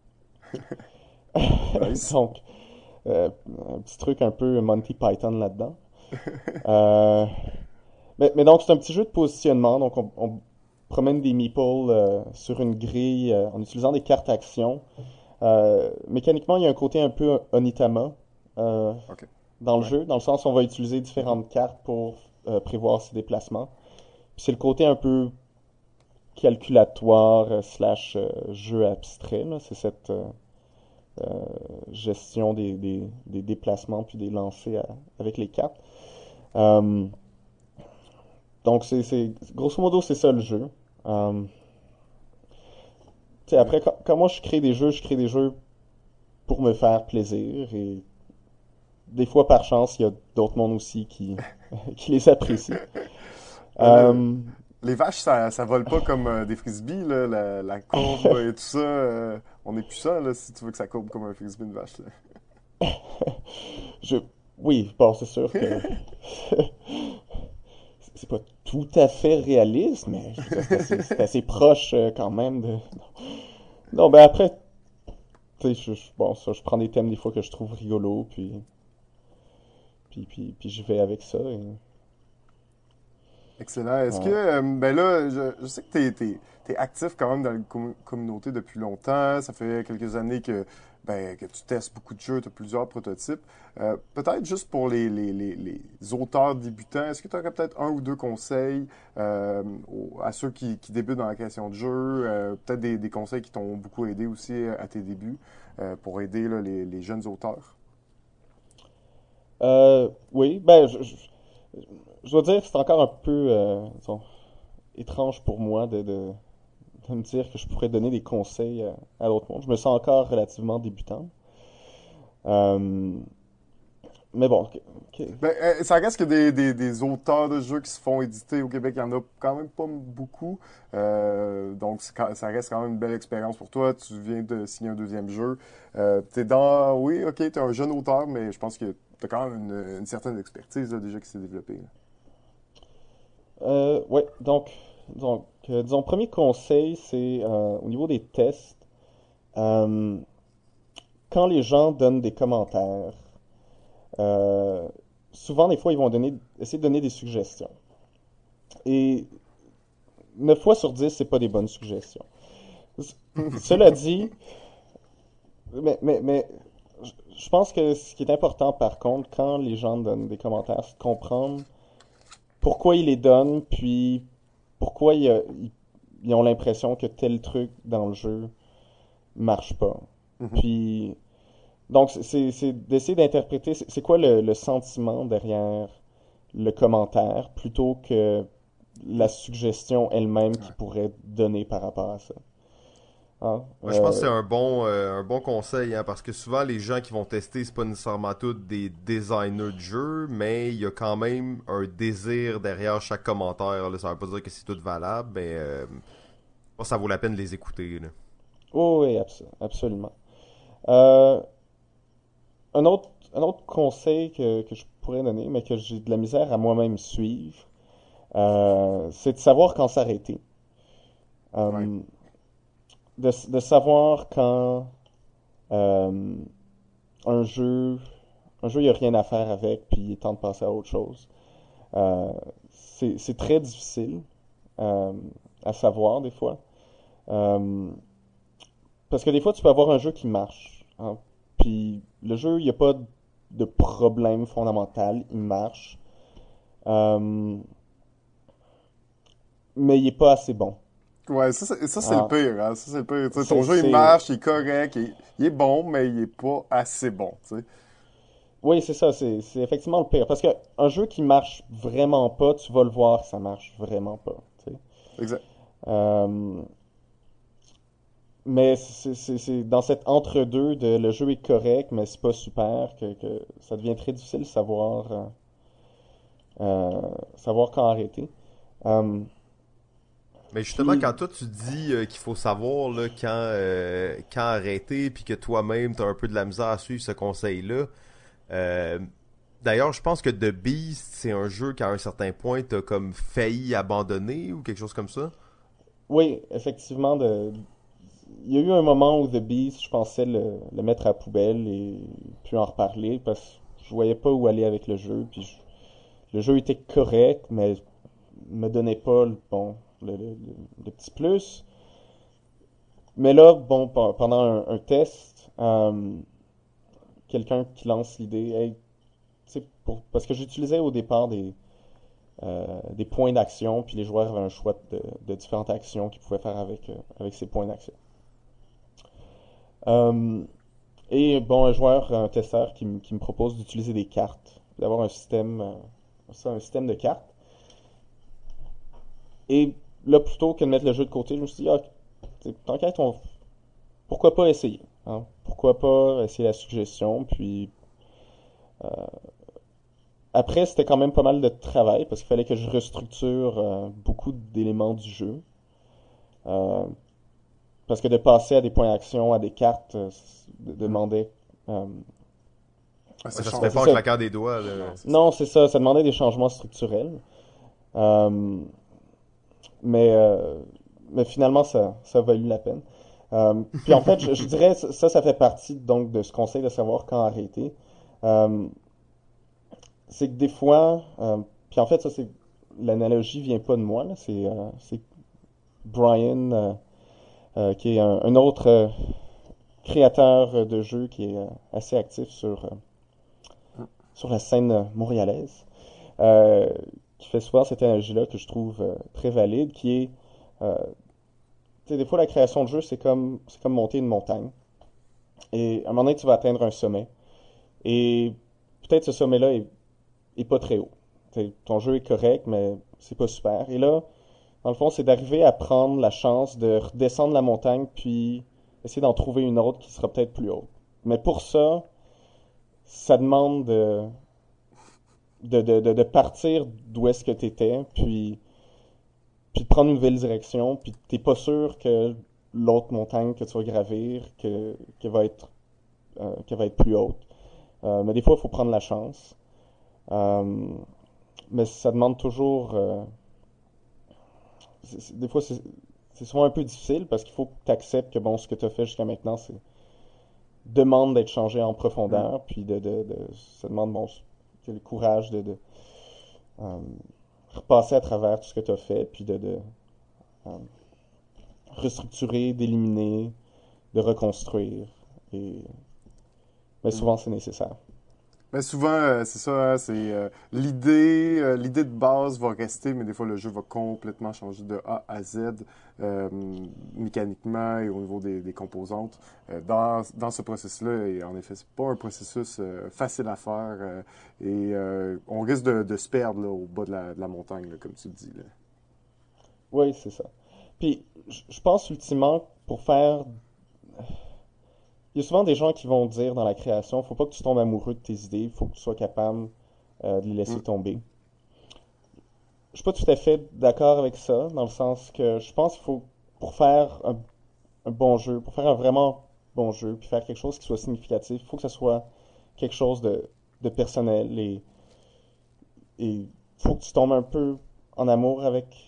Nice. Donc, euh, un petit truc un peu Monty Python là-dedans. Euh, mais donc, c'est un petit jeu de positionnement. Donc, on promène des meeples sur une grille en utilisant des cartes actions. Mécaniquement, il y a un côté un peu Onitama euh, OK. dans le Ouais. jeu, dans le sens où on va utiliser différentes cartes pour prévoir ses déplacements. Puis c'est le côté un peu calculatoire slash jeu abstrait, là. C'est cette gestion des déplacements puis des lancers avec les cartes. Euh, donc, grosso modo, c'est ça le jeu. Euh, Ouais. après, quand moi je crée des jeux pour me faire plaisir et des fois par chance, il y a d'autres mondes aussi qui les apprécient. Le, Euh, Les vaches, ça vole pas comme des frisbees, là, la courbe et tout ça. On est plus ça, là, si tu veux que ça courbe comme un frisbee, une vache, là. je, oui, bon, c'est sûr que c'est pas tout à fait réaliste, mais je veux dire, c'est assez proche quand même de. Non, ben après, tu sais, bon, ça, je prends des thèmes des fois que je trouve rigolos, puis je vais avec ça. Excellent. Est-ce que, Ouais. ben là, je sais que t'es actif quand même dans la communauté depuis longtemps. Ça fait quelques années que tu testes beaucoup de jeux, tu as plusieurs prototypes. Peut-être juste pour les auteurs débutants, est-ce que tu aurais peut-être un ou deux conseils à ceux qui débutent dans la création de jeu, peut-être des conseils qui t'ont beaucoup aidé aussi à tes débuts pour aider là, les jeunes auteurs? Oui, ben, je dois dire que c'est encore un peu disons, étrange pour moi de me dire que je pourrais donner des conseils à d'autres mondes. Je me sens encore relativement débutant. Euh, mais bon, Ben, ça reste que des auteurs de jeux qui se font éditer au Québec, il y en a quand même pas beaucoup. Donc, ça reste quand même une belle expérience pour toi. Tu viens de signer un deuxième jeu. Oui, ok, t'es un jeune auteur, mais je pense que t'as quand même une certaine expertise là, déjà qui s'est développée. Là. ouais, disons, premier conseil, c'est au niveau des tests, euh, quand les gens donnent des commentaires, euh, souvent, des fois, ils vont essayer de donner des suggestions. Et 9 fois sur 10, c'est pas des bonnes suggestions. Cela dit, mais je pense que ce qui est important, par contre, quand les gens donnent des commentaires, c'est de comprendre pourquoi ils les donnent, puis pourquoi ils ont l'impression que tel truc dans le jeu marche pas. Mhm. Puis, donc, c'est d'essayer d'interpréter c'est quoi le sentiment derrière le commentaire plutôt que la suggestion elle-même Ouais. qu'il pourrait donner par rapport à ça. Hein? Moi, je pense que c'est un bon conseil, hein, parce que souvent les gens qui vont tester, c'est pas nécessairement tous des designers de jeux, mais il y a quand même un désir derrière chaque commentaire. Là. Ça veut pas dire que c'est tout valable, mais je pense que ça vaut la peine de les écouter. Là. Oh, oui, absolument. Euh, un autre conseil que je pourrais donner, mais que j'ai de la misère à moi-même suivre, c'est de savoir quand s'arrêter. Ouais. Euh, de savoir quand euh, un jeu, il n'y a rien à faire avec, puis il est temps de passer à autre chose. Euh, c'est très difficile euh, à savoir des fois. Euh, Parce que des fois, tu peux avoir un jeu qui marche. Hein, puis le jeu, il n'y a pas de problème fondamental, il marche. Euh, mais il est pas assez bon. Ouais, c'est le Hein. pire, hein. Ça, c'est le pire. Tu sais, ton C'est, jeu, il c'est... marche, il est correct, il est bon, mais il est pas assez bon, tu sais. Oui, c'est ça, c'est effectivement le pire. Parce que un jeu qui marche vraiment pas, tu vas le voir, ça marche vraiment pas. Tu sais. Exact. Euh, mais c'est dans cet entre-deux de le jeu est correct, mais c'est pas super, que ça devient très difficile de savoir quand arrêter. Euh, Mais justement, puis, quand toi tu dis qu'il faut savoir là, quand arrêter, puis que toi-même t'as un peu de la misère à suivre ce conseil-là, euh, d'ailleurs, je pense que The Beast, c'est un jeu qu'à un certain point t'as comme failli abandonner ou quelque chose comme ça. oui, effectivement, il y a eu un moment où The Beast, je pensais le mettre à la poubelle et puis en reparler parce que je voyais pas où aller avec le jeu. Le jeu était correct, mais me donnait pas le petit plus. Mais là, bon, pendant un test, quelqu'un qui lance l'idée, hey, tu sais, parce que j'utilisais au départ des points d'action, puis les joueurs avaient un choix de différentes actions qu'ils pouvaient faire avec ces points d'action. Euh, et bon, un testeur qui me propose d'utiliser des cartes, d'avoir un système de cartes. Et là, plutôt que de mettre le jeu de côté, je me suis dit, ah, tant qu'à être, pourquoi pas essayer? Hein? Pourquoi pas essayer la suggestion? Puis après, c'était quand même pas mal de travail parce qu'il fallait que je restructure beaucoup d'éléments du jeu. Euh, Parce que de passer à des points d'action, à des cartes, Mhm. demandait. euh, Ouais, Ouais, ça ça se fait c'est pas change. en ça. claquant des doigts. Là. Non, c'est ça. Non, c'est ça. Ça demandait des changements structurels. Euh, mais, euh, mais finalement, ça a valu la peine. Puis en fait, je dirais, ça fait partie donc de ce conseil de savoir quand arrêter. Euh, c'est que des fois, puis en fait, ça c'est l'analogie vient pas de moi, là. C'est Brian, qui est un autre créateur de jeux qui est assez actif sur la scène montréalaise, qui fait souvent cette analogie-là que je trouve très valide, qui est, euh, tu sais, des fois la création de jeu, c'est comme monter une montagne. Et à un moment donné, tu vas atteindre un sommet. Et peut-être ce sommet-là est pas très haut. Ton jeu est correct, mais c'est pas super. Et là, dans le fond, c'est d'arriver à prendre la chance de redescendre la montagne, puis essayer d'en trouver une autre qui sera peut-être plus haute. Mais pour ça, ça demande de partir d'où est-ce que tu étais, puis de prendre une nouvelle direction, puis t'es pas sûr que l'autre montagne que tu vas gravir, qu'elle va être plus haute. Mais des fois, il faut prendre la chance. Euh, mais ça demande toujours... des fois, c'est souvent un peu difficile parce qu'il faut que tu acceptes que bon, ce que tu as fait jusqu'à maintenant, c'est demande d'être changé en profondeur, puis ça demande bon, le courage euh, repasser à travers tout ce que tu as fait, puis euh, restructurer, d'éliminer, de reconstruire. Mais souvent, c'est nécessaire. Mais souvent, c'est ça, hein, c'est l'idée de base va rester, mais des fois le jeu va complètement changer de A à Z, euh, mécaniquement et au niveau des composantes. Dans ce processus-là, et en effet, c'est pas un processus facile à faire on risque de se perdre là, au bas de la montagne, là, comme tu le dis. Là. Oui, c'est ça. Puis, je pense ultimement, pour faire... Il y a souvent des gens qui vont dire dans la création, faut pas que tu tombes amoureux de tes idées, il faut que tu sois capable de les laisser Mm. tomber. Je suis pas tout à fait d'accord avec ça, dans le sens que je pense qu'il faut, pour faire un bon jeu, pour faire un vraiment bon jeu, puis faire quelque chose qui soit significatif, il faut que ça soit quelque chose de personnel et faut que tu tombes un peu en amour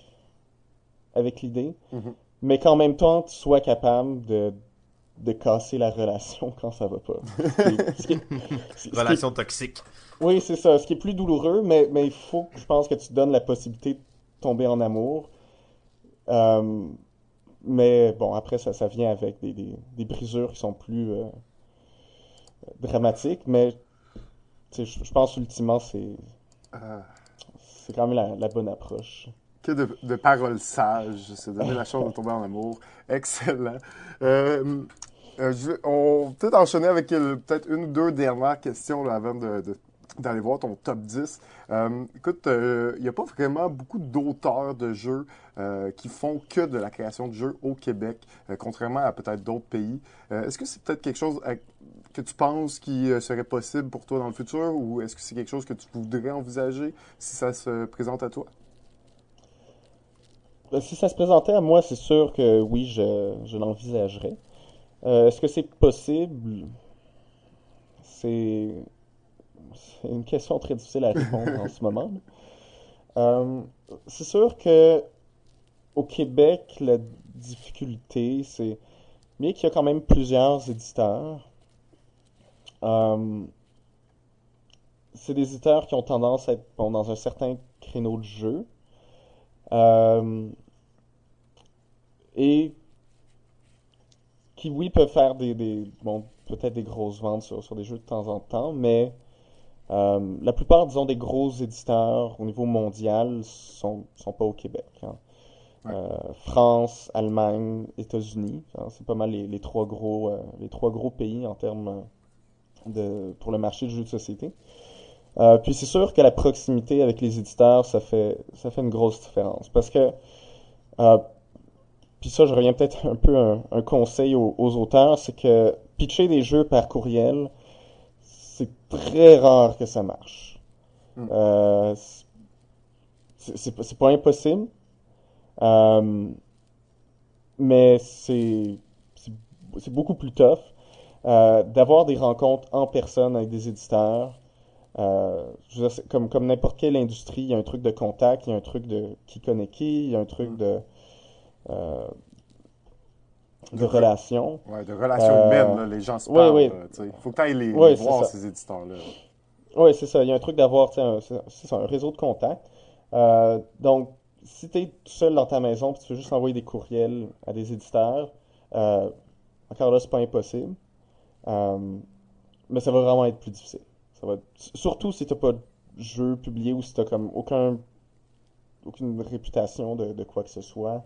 avec l'idée, Mhm. mais qu'en même temps, tu sois capable de casser la relation quand ça va pas. Ce qui est Relation toxique. Oui, c'est ça. Ce qui est plus douloureux, mais il faut que je pense que tu te donnes la possibilité de tomber en amour. Euh, mais bon, après, ça vient avec des brisures qui sont plus dramatiques. Mais tu sais, je pense ultimement Ah, c'est quand même la bonne approche. que de paroles sages, se donner la chance de tomber en amour. Excellent. Euh, on peut peut-être enchaîner avec peut-être une ou deux dernières questions là, avant d'aller voir ton top 10. Écoute, il n'y a pas vraiment beaucoup d'auteurs de jeux qui font que de la création de jeux au Québec, contrairement à peut-être d'autres pays. Est-ce que c'est peut-être quelque chose que tu penses qui serait possible pour toi dans le futur ou est-ce que c'est quelque chose que tu voudrais envisager si ça se présente à toi? Si ça se présentait à moi, c'est sûr que oui, je l'envisagerais. Est-ce que c'est possible? C'est c'est une question très difficile à répondre en ce moment. Euh, c'est sûr que au Québec, la difficulté, c'est bien qu'il y a quand même plusieurs éditeurs. Euh, c'est des éditeurs qui ont tendance à être bon, dans un certain créneau de jeu euh, et qui, oui, peuvent faire bon, peut-être des grosses ventes sur des jeux de temps en temps, mais la plupart, disons, des gros éditeurs au niveau mondial sont pas au Québec, hein. Ouais. France, Allemagne, États-Unis, hein, c'est pas mal les trois gros pays en termes pour le marché du jeu de société. Puis c'est sûr que la proximité avec les éditeurs, ça fait une grosse différence. Parce que, euh, puis ça, je reviens peut-être un peu un conseil aux auteurs, c'est que pitcher des jeux par courriel, c'est très rare que ça marche. Hmm. C'est pas impossible, euh, mais c'est beaucoup plus tough d'avoir des rencontres en personne avec des éditeurs. Je veux dire, comme n'importe quelle industrie, il y a un truc de contact, il y a un truc de qui connaît qui, il y a un truc Hmm. euh, De, de re- relation. ouais, de relations humaines, Euh, là, les gens se oui, parlent. oui, Il faut que tu ailles les oui, c'est voir, ça. ces éditeurs-là. Oui, c'est ça. Il y a un truc d'avoir, tu sais, c'est ça, un réseau de contacts. Donc, si tu es tout seul dans ta maison puis tu veux juste envoyer des courriels à des éditeurs, euh, encore là, c'est pas impossible. Euh, mais ça va vraiment être plus difficile. Ça va surtout si t'as pas de jeu publié ou si t'as comme aucune réputation de quoi que ce soit.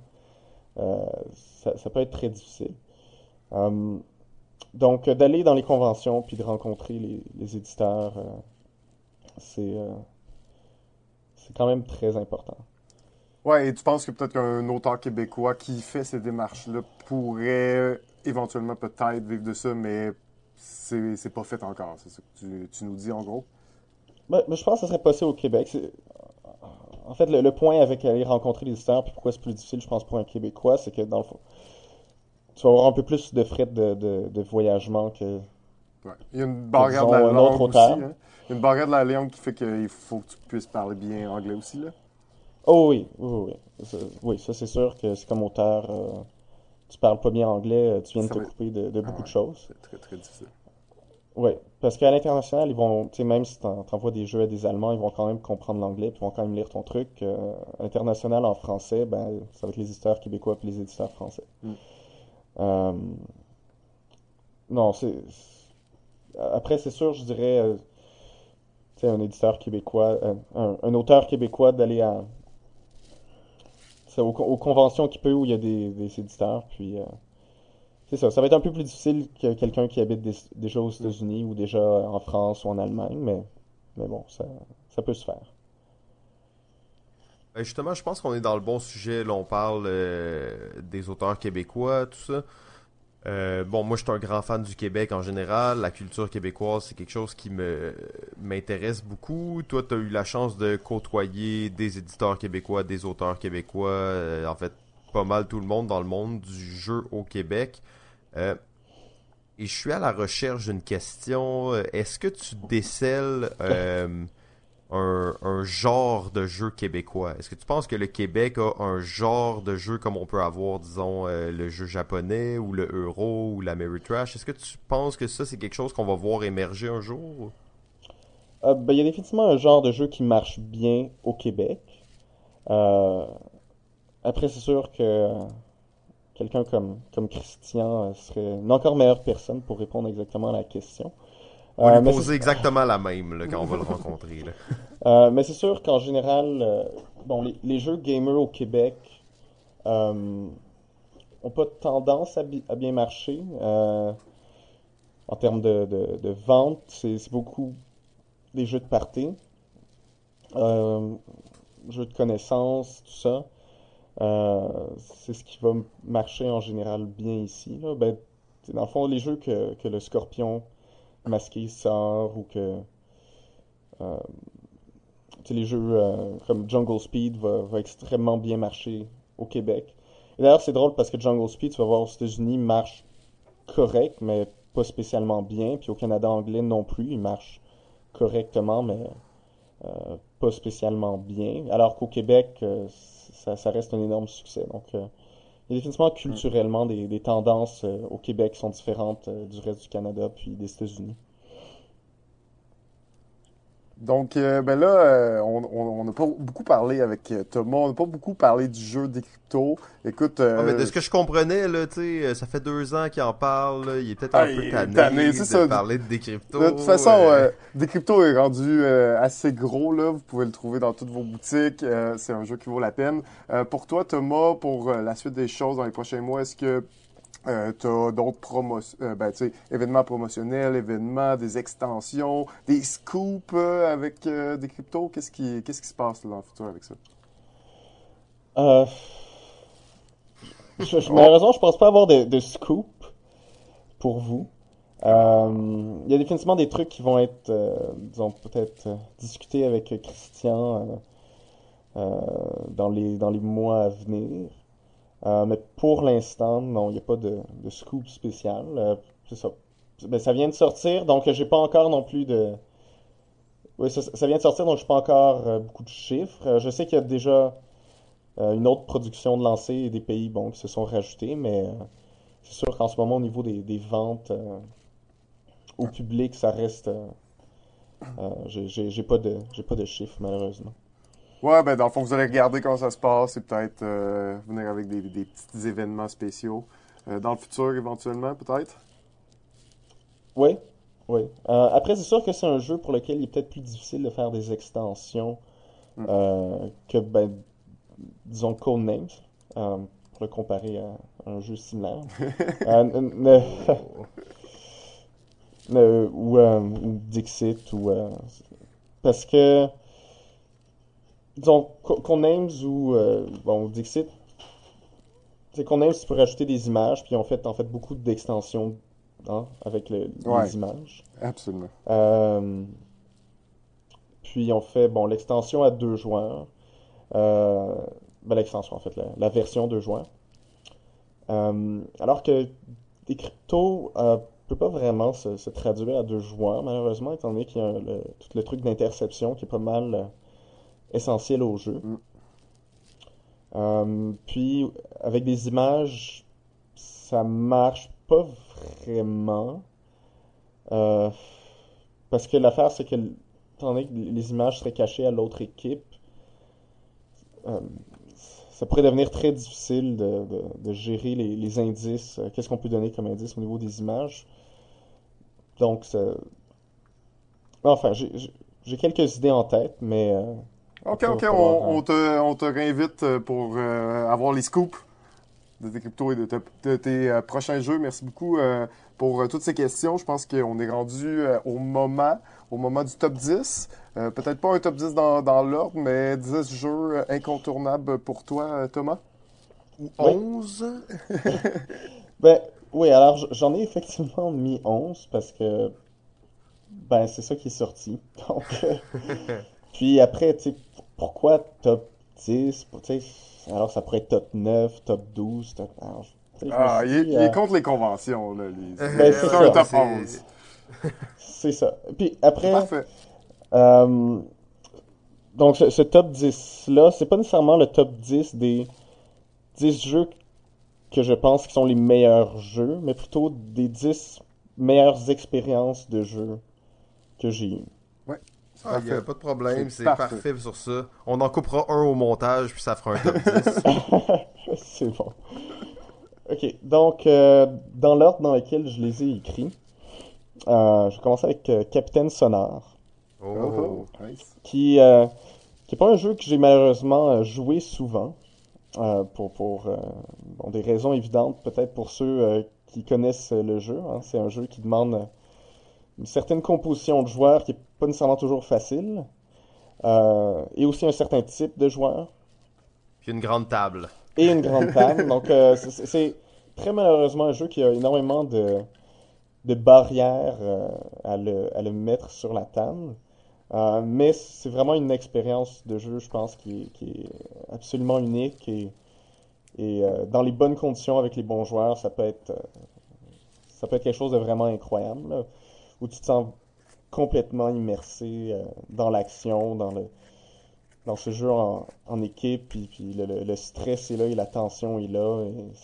Ça peut être très difficile. Euh, donc, d'aller dans les conventions puis de rencontrer les éditeurs, c'est euh, c'est quand même très important. Ouais, et tu penses que peut-être qu'un auteur québécois qui fait ces démarches-là pourrait éventuellement peut-être vivre de ça, mais c'est pas fait encore, c'est ça que tu nous dis en gros? Mais je pense que ça serait possible au Québec. En fait, le point avec aller rencontrer les éditeurs, puis pourquoi c'est plus difficile, je pense, pour un Québécois, c'est que dans le fond, tu vas avoir un peu plus de frais de voyagement Ouais. Il y a une que, barrière de la disons, un autre langue aussi, auteur. hein? Il y a une barrière de la langue qui fait qu'il faut que tu puisses parler bien anglais aussi, là. Oh oui, oui, oui. Oui, ça c'est sûr que c'est comme auteur, tu parles pas bien anglais, tu viens de Ça te va être... couper de Ah beaucoup de ouais, choses. c'est très très difficile. Oui, parce qu'à l'international, ils vont, tu sais, même si t'envoies des jeux à des Allemands, ils vont quand même comprendre l'anglais, puis ils vont quand même lire ton truc. À l'international, en français, ben, ça va être les éditeurs québécois puis les éditeurs français. Mm. Euh, non, après, c'est sûr, je dirais, tu sais, un éditeur québécois, un auteur québécois d'aller aux conventions qui peut où il y a des éditeurs, puis c'est ça. Ça va être un peu plus difficile que quelqu'un qui habite déjà aux Mm. États-Unis ou déjà en France ou en Allemagne, mais bon, ça peut se faire. Justement, je pense qu'on est dans le bon sujet. Là, on parle des auteurs québécois, tout ça. Bon, moi, je suis un grand fan du Québec en général. La culture québécoise, c'est quelque chose qui me m'intéresse beaucoup. Toi, tu as eu la chance de côtoyer des éditeurs québécois, des auteurs québécois, en fait, pas mal tout le monde dans le monde du jeu au Québec. Euh, et je suis à la recherche d'une question. Est-ce que tu décèles un genre de jeu québécois? Est-ce que tu penses que le Québec a un genre de jeu comme on peut avoir, disons, le jeu japonais ou le euro ou l'Ameritrash? Est-ce que tu penses que ça, c'est quelque chose qu'on va voir émerger un jour? Ben, il y a définitivement un genre de jeu qui marche bien au Québec. Euh, Après, c'est sûr que quelqu'un comme Christian serait une encore meilleure personne pour répondre exactement à la question. On va lui Mais poser exactement la même là, quand on va le rencontrer. Là. mais c'est sûr qu'en général, bon, les jeux gamers au Québec euh, ont pas tendance à bien marcher. En termes de vente, c'est beaucoup des jeux de party, euh, jeux de connaissances, tout ça. C'est ce qui va marcher en général bien ici, là. Ben, dans le fond, les jeux que le Scorpion masqué sort ou que euh, les jeux comme Jungle Speed va extrêmement bien marcher au Québec. Et d'ailleurs, c'est drôle parce que Jungle Speed, tu vas voir aux États-Unis, marche correct, mais pas spécialement bien. Puis au Canada anglais non plus, il marche correctement, mais pas spécialement bien. Alors qu'au Québec, ça reste un énorme succès. Donc, il y a définitivement Mm. culturellement des tendances au Québec qui sont différentes du reste du Canada puis des États-Unis. Donc, ben là, on n'a pas beaucoup parlé avec Thomas, on n'a pas beaucoup parlé du jeu des cryptos. Écoute, Ah, mais de ce que je comprenais, là, tu sais, ça fait 2 ans qu'il en parle, là, il est peut-être un peu il est tanné, tanné c'est de ça. parler de De toute décrypto. façon, Decrypto est rendu assez gros, là. Vous pouvez le trouver dans toutes vos boutiques. C'est un jeu qui vaut la peine. Pour toi, Thomas, pour la suite des choses dans les prochains mois, est-ce que tu as d'autres ben, tu sais, événements promotionnels, événements, des extensions, des scoops avec Decrypto? Qu'est-ce qui se passe là, dans le futur avec ça? Euh, Oh! Malheureusement, je pense pas avoir de scoop pour vous. Il y a définitivement des trucs qui vont être, disons, peut-être discutés avec Christian dans les mois à venir. Mais pour l'instant, non, il n'y a pas de scoop spécial. C'est ça. Ben, ça vient de sortir, donc j'ai pas encore non plus de. Oui, ça vient de sortir, donc je n'ai pas encore beaucoup de chiffres. Je sais qu'il y a déjà une autre production de lancée et des pays bon, qui se sont rajoutés, mais c'est sûr qu'en ce moment, au niveau des ventes au public, ça reste. J'ai pas de chiffres, malheureusement. Ouais, ben dans le fond, vous allez regarder comment ça se passe et peut-être venir avec des petits événements spéciaux. Dans le futur, éventuellement, peut-être? Oui, oui. Après, c'est sûr que c'est un jeu pour lequel il est peut-être plus difficile de faire des extensions Hmm. que, ben, disons, Codenames, pour le comparer à un jeu similaire. Oh. Ou Dixit, parce que, disons, Codenames bon, Dixit, c'est Codenames, tu peux rajouter des images, puis en fait beaucoup d'extensions hein, avec Ouais, les images. absolument. Euh, Puis on fait, bon, l'extension à deux joueurs. Euh, ben, l'extension, en fait, la version deux joueurs. Alors que Decrypto peut pas vraiment se traduire à deux joueurs, malheureusement, étant donné qu'il y a tout le truc d'interception qui est pas mal essentiel au jeu. Hmm. Puis, avec des images, ça marche pas vraiment. Euh, Parce que l'affaire, c'est que, étant donné que les images seraient cachées à l'autre équipe, euh, ça pourrait devenir très difficile de gérer les indices. Qu'est-ce qu'on peut donner comme indice au niveau des images? Donc, enfin, j'ai quelques idées en tête, mais Ok, après, il va ok, falloir. on te réinvite pour avoir les scoops de tes cryptos et de tes prochains jeux. Merci beaucoup pour toutes ces questions. Je pense qu'on est rendu au moment du top 10. Peut-être pas un top 10 dans l'ordre, mais 10 jeux incontournables pour toi, Thomas. Ou Oui, 11? ben, oui, alors j'en ai effectivement mis 11 parce que, ben, c'est ça qui est sorti. Donc, puis après, tu sais, pourquoi top 10? Tu sais, alors ça pourrait être top 9, top 12, alors, tu sais, je me Ah, suis dit, il est contre les conventions, là. ben, c'est C'est un Ouais, mais ça. top c'est... 11. C'est ça. Puis C'est après, parfait. euh, donc ce top 10-là, c'est pas nécessairement le top 10 des 10 jeux que je pense qui sont les meilleurs jeux, mais plutôt des 10 meilleures expériences de jeu que j'ai eues. Ouais, c'est Ah, y a parfait. pas de problème, C'est c'est parfait. parfait sur ça. On en coupera un au montage, puis ça fera un top 10. C'est bon. Ok, donc dans l'ordre dans lequel je les ai écrits, je vais commencer avec Capitaine Sonar, Oh, Oh. oh, nice. qui, euh, qui est pas un jeu que j'ai malheureusement joué souvent, pour bon, des raisons évidentes, peut-être pour ceux qui connaissent le jeu. Hein. C'est un jeu qui demande une certaine composition de joueurs qui est pas nécessairement toujours facile, et aussi un certain type de joueur, Puis une grande table. et une grande table. Donc c'est très malheureusement un jeu qui a énormément de barrières à le mettre sur la table. Mais c'est vraiment une expérience de jeu, je pense, qui est absolument unique et dans les bonnes conditions avec les bons joueurs, ça peut être quelque chose de vraiment incroyable, là, où tu te sens complètement immersé dans l'action, dans ce jeu en équipe, puis le stress est là et la tension est là.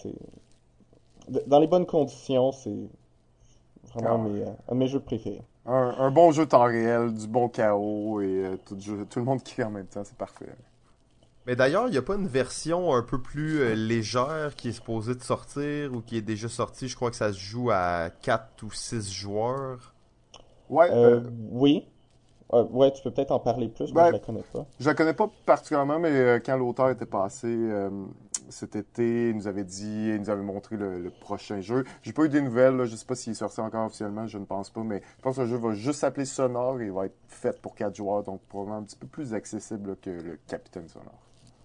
Dans les bonnes conditions, c'est vraiment Ah, un de mes jeux préférés. un bon jeu temps réel, du bon chaos et tout le monde qui crie en même temps, c'est parfait. Mais d'ailleurs, il n'y a pas une version un peu plus légère qui est supposée de sortir ou qui est déjà sortie. Je crois que ça se joue à 4 ou 6 joueurs. Ouais, Oui, ouais, tu peux peut-être en parler plus, moi je ben, la connais pas. je la connais pas particulièrement, mais quand l'auteur était passé cet été, il nous avait montré le prochain jeu. J'ai pas eu des nouvelles, là, je sais pas s'il est sorti encore officiellement, je ne pense pas, mais je pense que le jeu va juste s'appeler Sonore et il va être fait pour 4 joueurs, donc probablement un petit peu plus accessible là, que le Capitaine Sonore.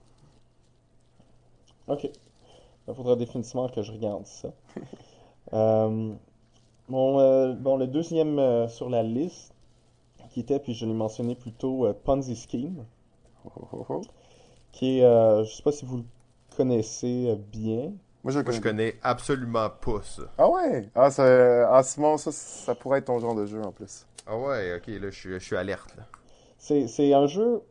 Ok, il faudra définitivement que je regarde ça. Euh, bon, le deuxième sur la liste, qui était, puis je l'ai mentionné plus tôt, Ponzi Scheme, Oh, oh, oh. qui est, je sais pas si vous le connaissez bien. Moi, je le Moi, je connais bien. connais absolument pas ça. Ah ouais? Simon, ça pourrait être ton genre de jeu en plus. Ah ouais, ok, là, je suis alerte, là. C'est un jeu,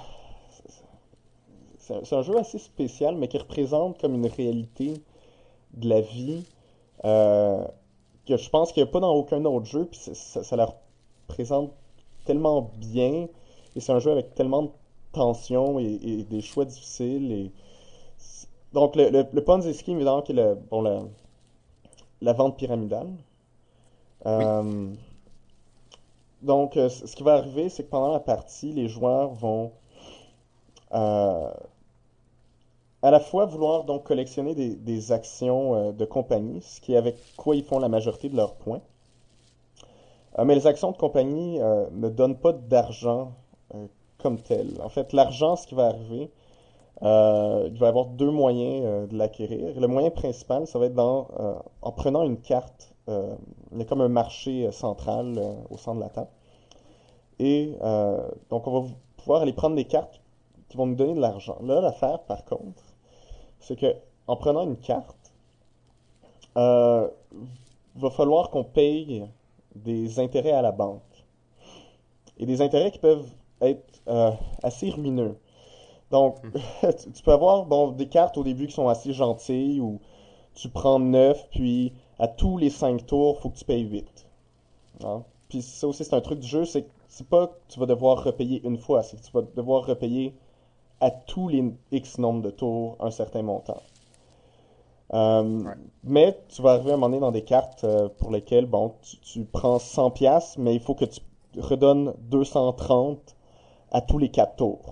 c'est un jeu assez spécial, mais qui représente comme une réalité de la vie euh, que je pense qu'il n'y a pas dans aucun autre jeu, puis ça la représente tellement bien, et c'est un jeu avec tellement de tension et des choix difficiles. Donc, le Ponzi scheme, évidemment, qui est la vente pyramidale. Oui. Euh, donc, ce qui va arriver, c'est que pendant la partie, les joueurs vont euh, à la fois vouloir donc collectionner des actions de compagnie, ce qui est avec quoi ils font la majorité de leurs points. Mais les actions de compagnie ne donnent pas d'argent comme tel. En fait, l'argent, ce qui va arriver, il va y avoir deux moyens de l'acquérir. Le moyen principal, ça va être en prenant une carte. Il y a comme un marché central au centre de la table. Et donc, on va pouvoir aller prendre des cartes qui vont nous donner de l'argent. Là, l'affaire, par contre, c'est que en prenant une carte, euh, va falloir qu'on paye des intérêts à la banque. Et des intérêts qui peuvent être assez ruineux. Donc, tu peux avoir bon, des cartes au début qui sont assez gentilles où tu prends 9 puis à tous les 5 tours, il faut que tu payes 8. Hein? Puis ça aussi, c'est un truc du jeu, c'est pas que tu vas devoir repayer une fois, c'est que tu vas devoir repayer à tous les X nombre de tours un certain montant. Euh, Ouais. mais tu vas arriver à un moment donné dans des cartes pour lesquelles, bon, tu prends 100 piastres, mais il faut que tu redonnes 230 à tous les 4 tours.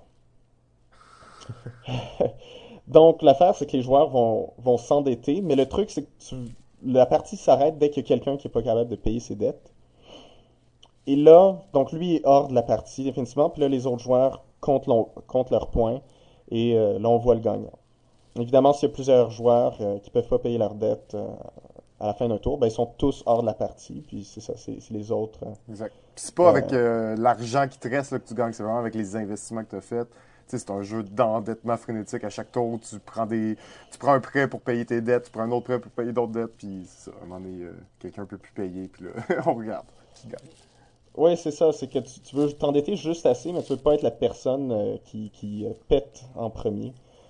Donc, l'affaire, c'est que les joueurs vont s'endetter, mais le truc, c'est que la partie s'arrête dès qu'il y a quelqu'un qui n'est pas capable de payer ses dettes. Et là, donc lui est hors de la partie définitivement, puis là, les autres joueurs comptent leurs points, et là, on voit le gagnant. Évidemment, s'il y a plusieurs joueurs qui peuvent pas payer leurs dettes à la fin d'un tour, ben, ils sont tous hors de la partie, puis c'est ça, c'est les autres. Exact. Puis c'est pas avec Euh, l'argent qui te reste là, que tu gagnes, c'est vraiment avec les investissements que tu as faits. Tu sais, c'est un jeu d'endettement frénétique. À chaque tour, tu prends un prêt pour payer tes dettes, tu prends un autre prêt pour payer d'autres dettes, puis c'est ça. À un moment donné, quelqu'un peut plus payer, puis là, on regarde qui gagne. Oui, c'est ça, c'est que tu veux t'endetter juste assez, mais tu veux pas être la personne qui pète en premier.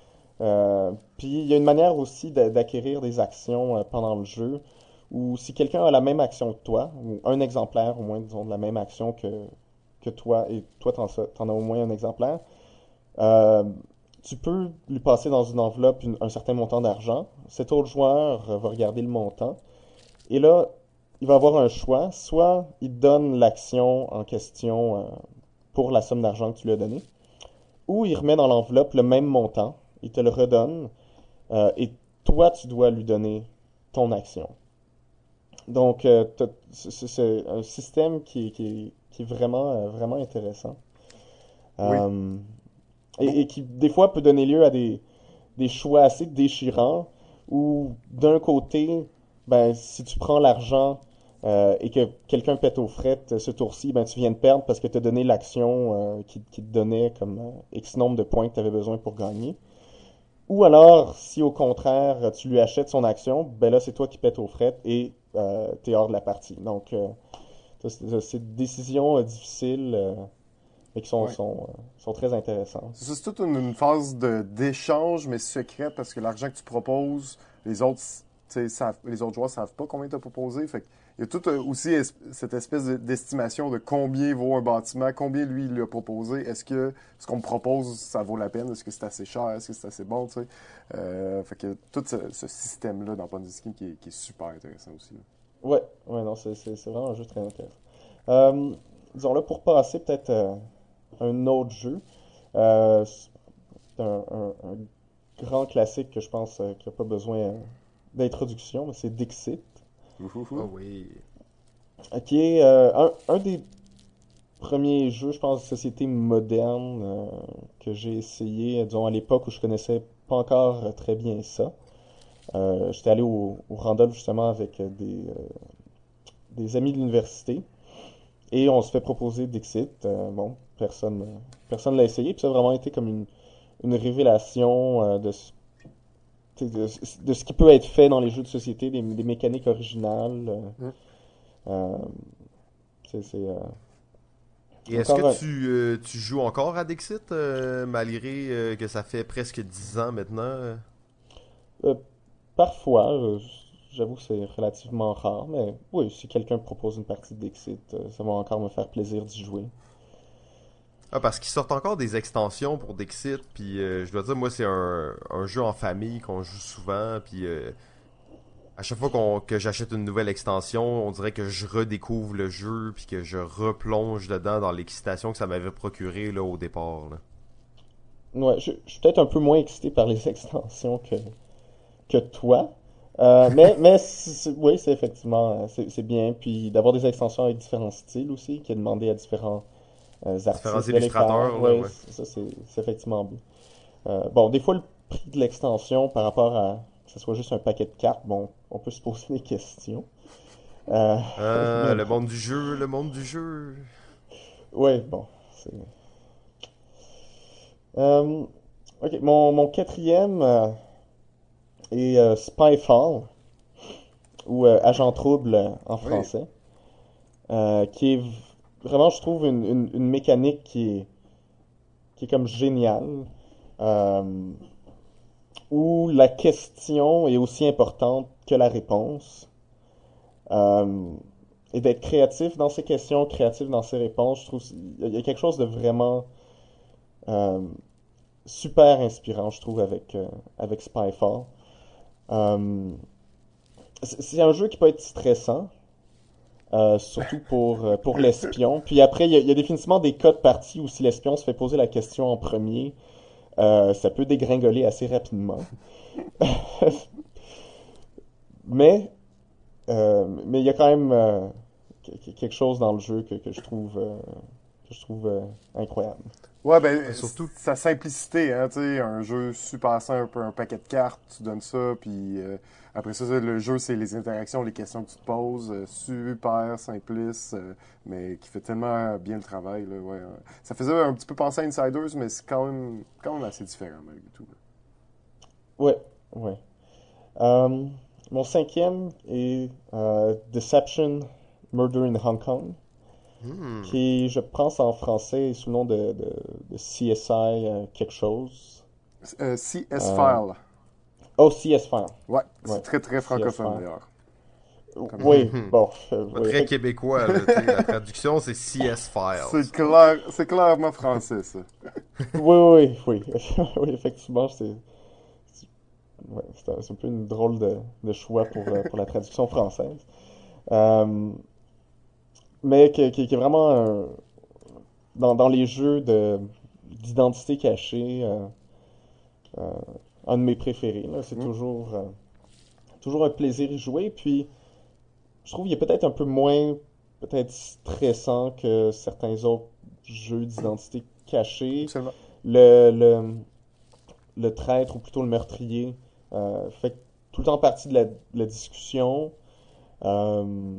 Puis il y a une manière aussi d'acquérir des actions pendant le jeu, où si quelqu'un a la même action que toi, ou un exemplaire au moins, disons, de la même action que toi, et toi t'en as au moins un exemplaire, euh, tu peux lui passer dans une enveloppe un certain montant d'argent. Cet autre joueur va regarder le montant, et là, il va avoir un choix. Soit il te donne l'action en question pour la somme d'argent que tu lui as donnée, ou il remet dans l'enveloppe le même montant, il te le redonne, et toi, tu dois lui donner ton action. Donc, c'est un système qui est vraiment, vraiment intéressant. Oui. Euh, Bon. et qui, des fois, peut donner lieu à des choix assez déchirants où, d'un côté, ben, si tu prends l'argent et que quelqu'un pète aux frettes ce tour-ci, ben, tu viens de perdre parce que tu as donné l'action qui te donnait comme X nombre de points que tu avais besoin pour gagner. Ou alors, si au contraire, tu lui achètes son action, ben là, c'est toi qui pètes aux frettes et tu es hors de la partie. Donc, c'est des décisions difficiles mais qui Ouais. sont très intéressantes. C'est toute une phase d'échange, mais secrète, parce que l'argent que tu proposes, les autres, les autres joueurs savent pas combien tu as proposé. Fait il y a tout aussi cette espèce d'estimation de combien vaut un bâtiment, combien lui il lui a proposé. Est-ce que ce qu'on me propose, ça vaut la peine? Est-ce que c'est assez cher? Est-ce que c'est assez bon? Tu sais? Fait que tout ce système-là dans Ponzi Scheme qui est super intéressant aussi. Là. Ouais, ouais, non, c'est vraiment un jeu très intéressant. Euh, disons là, pour passer peut-être un autre jeu, c'est un grand classique que je pense qui n'a pas besoin d'introduction, mais c'est Dixit, Ah Ouhouhou. oui. qui est un des premiers jeux, je pense, de société moderne que j'ai essayé, disons, à l'époque où je connaissais pas encore très bien ça. J'étais allé au Randolph justement avec des amis de l'université. Et on se fait proposer Dixit. Bon, personne l'a essayé. Puis ça a vraiment été comme une révélation de ce qui peut être fait dans les jeux de société, des mécaniques originales. Mm. Euh, c'est Et est-ce que encore un... tu joues encore à Dixit, malgré que ça fait presque 10 ans maintenant? euh, parfois, j'avoue que c'est relativement rare, mais oui, si quelqu'un propose une partie de Dixit, ça va encore me faire plaisir d'y jouer. Ah, parce qu'ils sortent encore des extensions pour Dixit, puis je dois dire, moi, c'est un jeu en famille qu'on joue souvent, puis à chaque fois que j'achète une nouvelle extension, on dirait que je redécouvre le jeu, puis que je replonge dedans dans l'excitation que ça m'avait procuré là, au départ. Là. Ouais, je suis peut-être un peu moins excité par les extensions que toi. Mais oui, c'est effectivement, c'est bien. Puis d'avoir des extensions avec différents styles aussi, qui est demandé à différents Différents artistes de les faire. illustrateurs, là, Ouais, ouais. ça c'est effectivement bien. Bon, des fois le prix de l'extension par rapport à que ce soit juste un paquet de cartes, bon, on peut se poser des questions. Euh, Ah, mais le bon, monde du jeu, le monde du jeu. ouais, bon, c'est. Euh, ok, mon quatrième est Spyfall ou Agent Trouble en Oui. français. Qui est vraiment, je trouve, une mécanique qui est comme géniale, euh, où la question est aussi importante que la réponse. Euh, et d'être créatif dans ses questions, créatif dans ses réponses, je trouve il y a quelque chose de vraiment euh, super inspirant, je trouve, avec Spyfall. Euh, c'est un jeu qui peut être stressant, surtout pour l'espion. Puis après, il y a définitivement des cas de partie où si l'espion se fait poser la question en premier, ça peut dégringoler assez rapidement. Mais il y a quand même quelque chose dans le jeu que je trouve incroyable. Ouais, ben, Surtout, sa simplicité, hein, tu sais, un jeu super simple, un paquet de cartes, tu donnes ça, puis après ça, le jeu, c'est les interactions, les questions que tu te poses, super simpliste, mais qui fait tellement bien le travail, là, ouais. Ça faisait un petit peu penser à Insiders, mais c'est quand même assez différent, malgré tout. Là. Ouais, ouais. Euh, Mon cinquième est Deception, Murder in Hong Kong, hmm, qui, je pense en français, est sous le nom de CSI quelque chose. CS Euh, File. oh, CS-File. Ouais, c'est Ouais, très, très francophone, CS-File. d'ailleurs, comme jeu. Oui, bon, pas oui, très québécois, là, tu sais. La traduction, c'est CS C'est Files. clair, c'est clairement français, ça. oui, oui, oui, oui, effectivement, ouais, c'est un peu une drôle de choix pour la traduction française. Euh, mais qui est vraiment dans les jeux d'identité cachée, euh, un de mes préférés, là. C'est Hmm. toujours un plaisir y jouer. Puis, je trouve qu'il est peut-être un peu moins peut-être stressant que certains autres jeux d'identité cachée. Absolument. Le, le, le traître ou plutôt le meurtrier fait tout le temps partie de la discussion. Euh,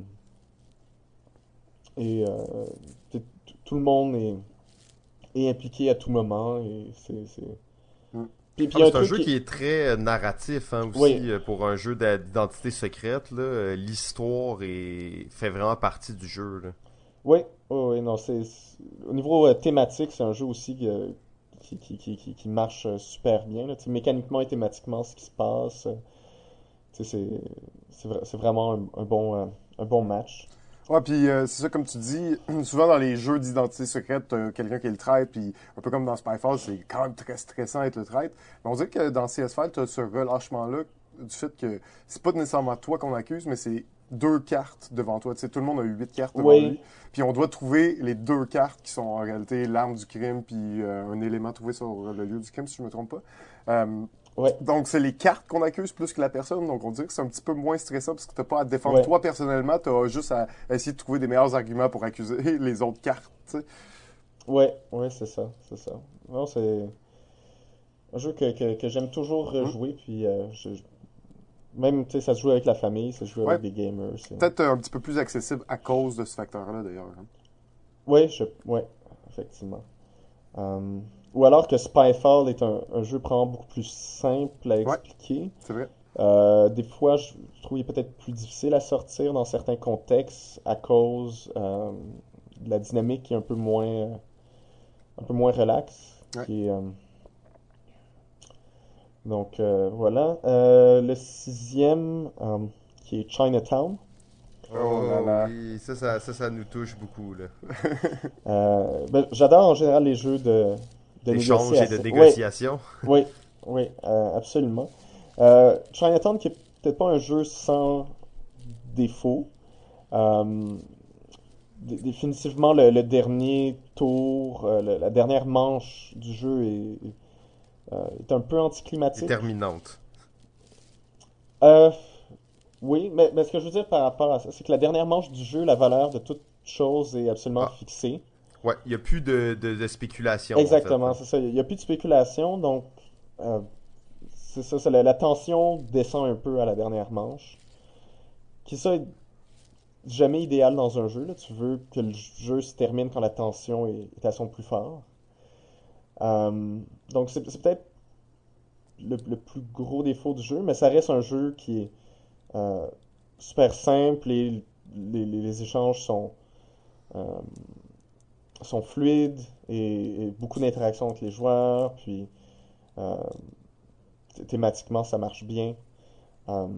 et tout le monde est impliqué à tout moment. Et Hmm. Puis Ah, il y a mais un c'est un truc jeu qui. qui est très narratif hein, Oui, aussi pour un jeu d'identité secrète. Là, l'histoire fait vraiment partie du jeu. Là. oui, oui, oui, non, au niveau thématique, c'est un jeu aussi qui marche super bien, là. Tu sais, mécaniquement et thématiquement, ce qui se passe, tu sais, c'est vraiment un bon match. Ouais, puis c'est ça, comme tu dis, souvent dans les jeux d'identité secrète, t'as quelqu'un qui est le traître, puis un peu comme dans Spyfall, c'est quand même très stressant d'être le traître. Mais on dirait que dans CS5, t'as ce relâchement-là du fait que c'est pas nécessairement toi qu'on accuse, mais c'est deux cartes devant toi. Tu sais, tout le monde a 8 cartes devant lui, Oui, puis on doit trouver les deux cartes qui sont en réalité l'arme du crime, puis un élément trouvé sur le lieu du crime, si je me trompe pas. Euh, ouais, donc, c'est les cartes qu'on accuse plus que la personne. Donc, on dirait que c'est un petit peu moins stressant parce que t'as pas à te défendre ouais, toi personnellement. T'as juste à essayer de trouver des meilleurs arguments pour accuser les autres cartes. Tu sais. ouais, ouais, c'est ça, c'est ça. Non, c'est un jeu que j'aime toujours Hmm. rejouer, puis même, tu sais, ça se joue avec la famille, ça se joue Ouais, avec des gamers. peut-être un petit peu plus accessible à cause de ce facteur-là, d'ailleurs. Hein. Ouais, effectivement. Euh, ou alors que Spyfall est un jeu probablement beaucoup plus simple à Ouais, expliquer. c'est vrai. Des fois, je trouve qu'il est peut-être plus difficile à sortir dans certains contextes à cause de la dynamique qui est un peu moins relax. Ouais. Donc voilà. Le sixième, qui est Chinatown. Oh là Oh là. oui, ça nous touche beaucoup, là. J'adore en général les jeux de D'échange et de négociation. Oui, négociation. oui, oui, absolument. Chinatown, qui est peut-être pas un jeu sans défaut. Euh, Définitivement, le dernier tour, la dernière manche du jeu est un peu anticlimatique. Déterminante. Euh, oui, mais ce que je veux dire par rapport à ça, c'est que la dernière manche du jeu, la valeur de toute chose est absolument Ah, fixée. ouais, il n'y a plus de spéculation, en fait, Exactement, là. c'est ça. Il n'y a plus de spéculation, donc euh, c'est ça, la tension descend un peu à la dernière manche. Qui ça est jamais idéal dans un jeu, là. Tu veux que le jeu se termine quand la tension est à son plus fort. Euh, donc c'est peut-être le plus gros défaut du jeu, mais ça reste un jeu qui est euh, super simple et les échanges euh, sont fluides et beaucoup d'interactions entre les joueurs, puis euh, thématiquement ça marche bien. Euh,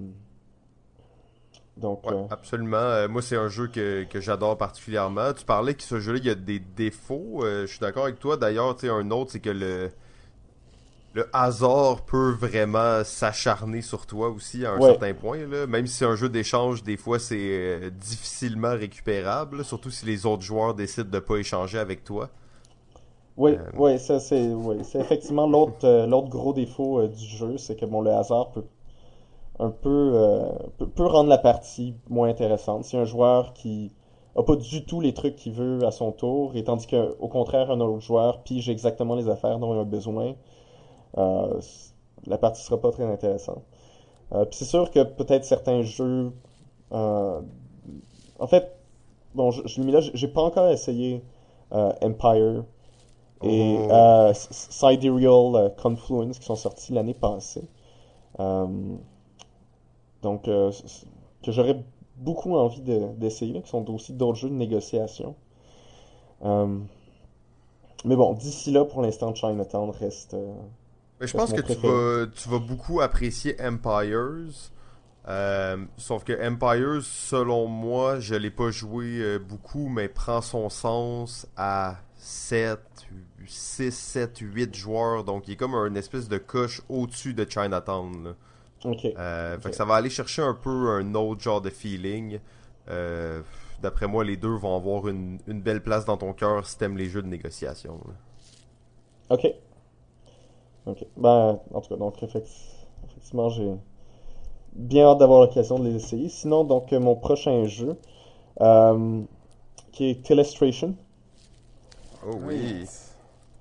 donc, Ouais, absolument. Moi, c'est un jeu que j'adore particulièrement. Tu parlais que ce jeu-là, il y a des défauts. Je suis d'accord avec toi. D'ailleurs, tu sais, un autre, c'est que le hasard peut vraiment s'acharner sur toi aussi à un ouais, certain point, là. Même si c'est un jeu d'échange, des fois, c'est difficilement récupérable, là, surtout si les autres joueurs décident de pas échanger avec toi. oui, Euh, oui, ça c'est, oui, c'est effectivement l'autre gros défaut du jeu, c'est que bon, le hasard peut un peu peut rendre la partie moins intéressante. Si un joueur qui a pas du tout les trucs qu'il veut à son tour, et tandis que au contraire un autre joueur pige exactement les affaires dont il a besoin, euh, la partie sera pas très intéressante. Puis c'est sûr que peut-être certains jeux, euh, en fait, bon, je l'ai mis là, j'ai pas encore essayé Empire et Oh, Sidereal Confluence qui sont sortis l'année passée. Euh, donc, que j'aurais beaucoup envie d'essayer, là, qui sont aussi d'autres jeux de négociation. Euh, mais bon, d'ici là, pour l'instant, Chinatown mais je reste pense mon que préféré. tu vas beaucoup apprécier Empires. Sauf que Empires, selon moi, je l'ai pas joué beaucoup, mais prend son sens à 7, 6, 7, 8 joueurs. Donc il est comme une espèce de coche au-dessus de Chinatown, là. Ok, Fait que ok. ça va aller chercher un peu un autre genre de feeling. Euh, D'après moi, les deux vont avoir une belle place dans ton cœur si t'aimes les jeux de négociation, là. Ok, ok. Ben, en tout cas, donc, effectivement, j'ai bien hâte d'avoir l'occasion de les essayer. Sinon, donc, mon prochain jeu, euh, qui est Telestration, Oh oui. Nice.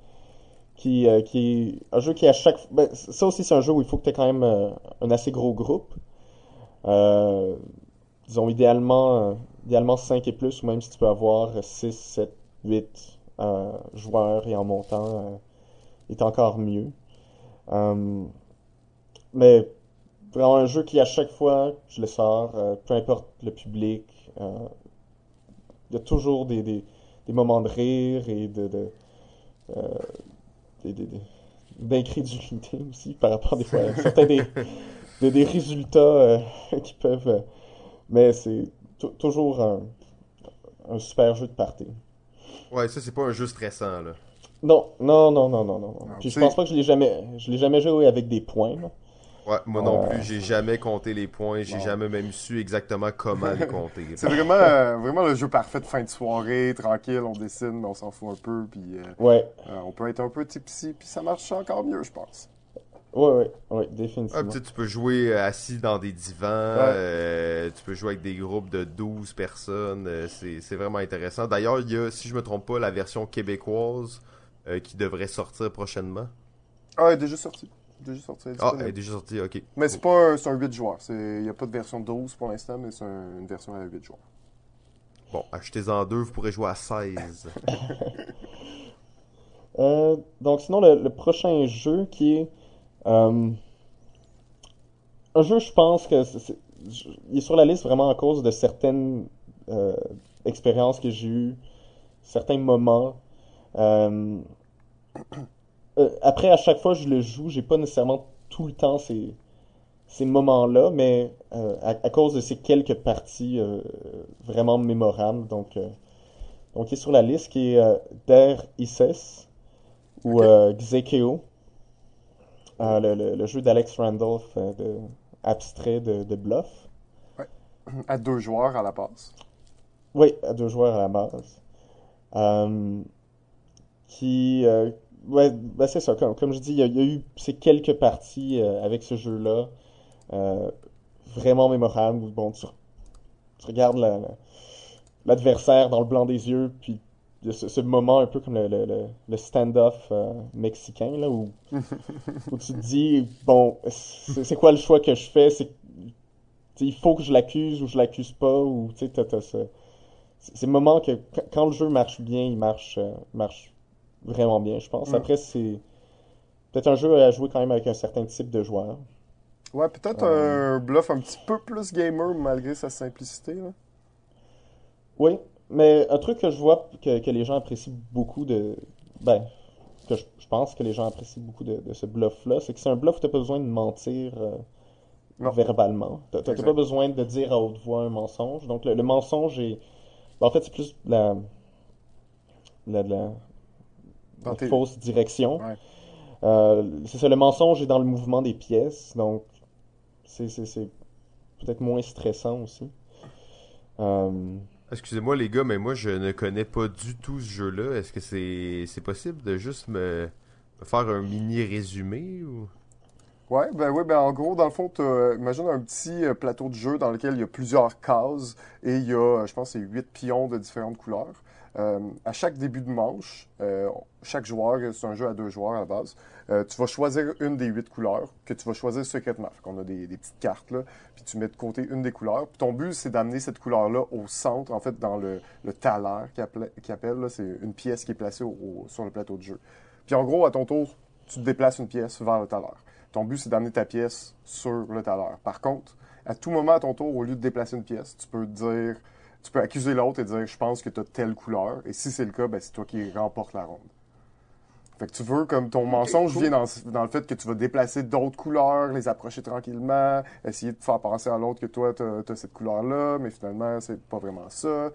qui est un jeu qui, à chaque... Ben, ça aussi, c'est un jeu où il faut que tu aies quand même un assez gros groupe. Euh, Disons idéalement 5 et plus, ou même si tu peux avoir 6 7 8 joueurs et en montant, est encore mieux. Euh, mais vraiment un jeu qui, à chaque fois que je le sors, peu importe le public, euh, il y a toujours des moments de rire et euh, des- des- des- d'incrédulité aussi par rapport des fois à certains des résultats qui peuvent. Mais c'est toujours un super jeu de party. Ouais, ça c'est pas un jeu stressant, là. Non, non, non, non, non, non, non. Non, Puis je tu pense sais, pas que je l'ai jamais joué avec des points, là. Ouais, moi non Euh, plus, j'ai jamais compté les points, j'ai non. jamais même su exactement comment les compter, C'est là. vraiment, vraiment le jeu parfait de fin de soirée, tranquille, on dessine, mais on s'en fout un peu, puis ouais, on peut être un peu tipsy, puis ça marche encore mieux, je pense. ouais, ouais, ouais, Ah, pis définitivement. tu peux jouer assis dans des divans, Ouais. tu peux jouer avec des groupes de 12 personnes, c'est vraiment intéressant. D'ailleurs, il y a, si je me trompe pas, la version québécoise qui devrait sortir prochainement. Ah, elle est déjà sorti. Déjà sorti, elle est Ah, elle est disponible. déjà sortie, ok. Mais c'est Cool. pas un, c'est un 8 joueurs. Il n'y a pas de version 12 pour l'instant, mais c'est une version à 8 joueurs. Bon, achetez-en deux, vous pourrez jouer à 16. Donc sinon, le prochain jeu qui est euh, un jeu, je pense que il est sur la liste vraiment à cause de certaines euh, expériences que j'ai eues, certains moments. Euh, Après, à chaque fois que je le joue, j'ai pas nécessairement tout le temps ces moments-là, mais à cause de ces quelques parties vraiment mémorables. Donc, il est sur la liste qui est Der Isses ou OK. Xekeo, Oh. le jeu d'Alex Randolph abstrait de bluff. Ouais. À 2 joueurs à la base. Oui, à 2 joueurs à la base. Euh, qui, ouais, ben c'est ça, comme je dis, il y a eu ces quelques parties avec ce jeu-là, euh, vraiment mémorables, où, bon, tu regardes l'adversaire dans le blanc des yeux, puis il y a ce moment un peu comme le stand-off mexicain, là, où tu te dis, bon, c'est quoi le choix que je fais? Il faut que je l'accuse ou je l'accuse pas, ou tu sais, c'est le moment que quand le jeu marche bien, il marche vraiment bien, je pense. Hmm. Après, c'est peut-être un jeu à jouer quand même avec un certain type de joueur. Ouais, peut-être Euh, un bluff un petit peu plus gamer malgré sa simplicité, là. oui, mais un truc que je vois que les gens apprécient beaucoup ben, que je pense que les gens apprécient beaucoup de ce bluff-là, c'est que c'est un bluff où t'as pas besoin de mentir Non, verbalement. T'as pas exact. besoin de dire à haute voix un mensonge. Donc le mensonge est, ben, en fait, c'est plus la, la- Dans la tes... fausse direction. Ouais. C'est ça, le mensonge est dans le mouvement des pièces, donc c'est peut-être moins stressant aussi. Euh, Excusez-moi les gars, mais moi je ne connais pas du tout ce jeu-là. Est-ce que c'est possible de juste me faire un mini résumé ou... Ouais, ben oui, ben en gros, dans le fond, imagine un petit plateau de jeu dans lequel il y a plusieurs cases et il y a, je pense, c'est 8 pions de différentes couleurs. À chaque début de manche, chaque joueur, c'est un jeu à 2 joueurs à la base, tu vas choisir une des 8 couleurs que tu vas choisir secrètement. Fait qu'on a des petites cartes là, puis tu mets de côté une des couleurs. Puis ton but, c'est d'amener cette couleur-là au centre, en fait, dans le thaler qu'il appelle, là, c'est une pièce qui est placée sur le plateau de jeu. Puis en gros, à ton tour, tu te déplaces une pièce vers le thaler. Ton but, c'est d'amener ta pièce sur le thaler. Par contre, à tout moment à ton tour, au lieu de déplacer une pièce, tu peux accuser l'autre et dire je pense que tu as telle couleur. Et si c'est le cas, ben, c'est toi qui remporte la ronde. Fait que tu veux, comme ton Ok, mensonge vient cool. dans le fait que tu vas déplacer d'autres couleurs, les approcher tranquillement, essayer de faire penser à l'autre que toi, tu as cette couleur-là, mais finalement, c'est pas vraiment ça.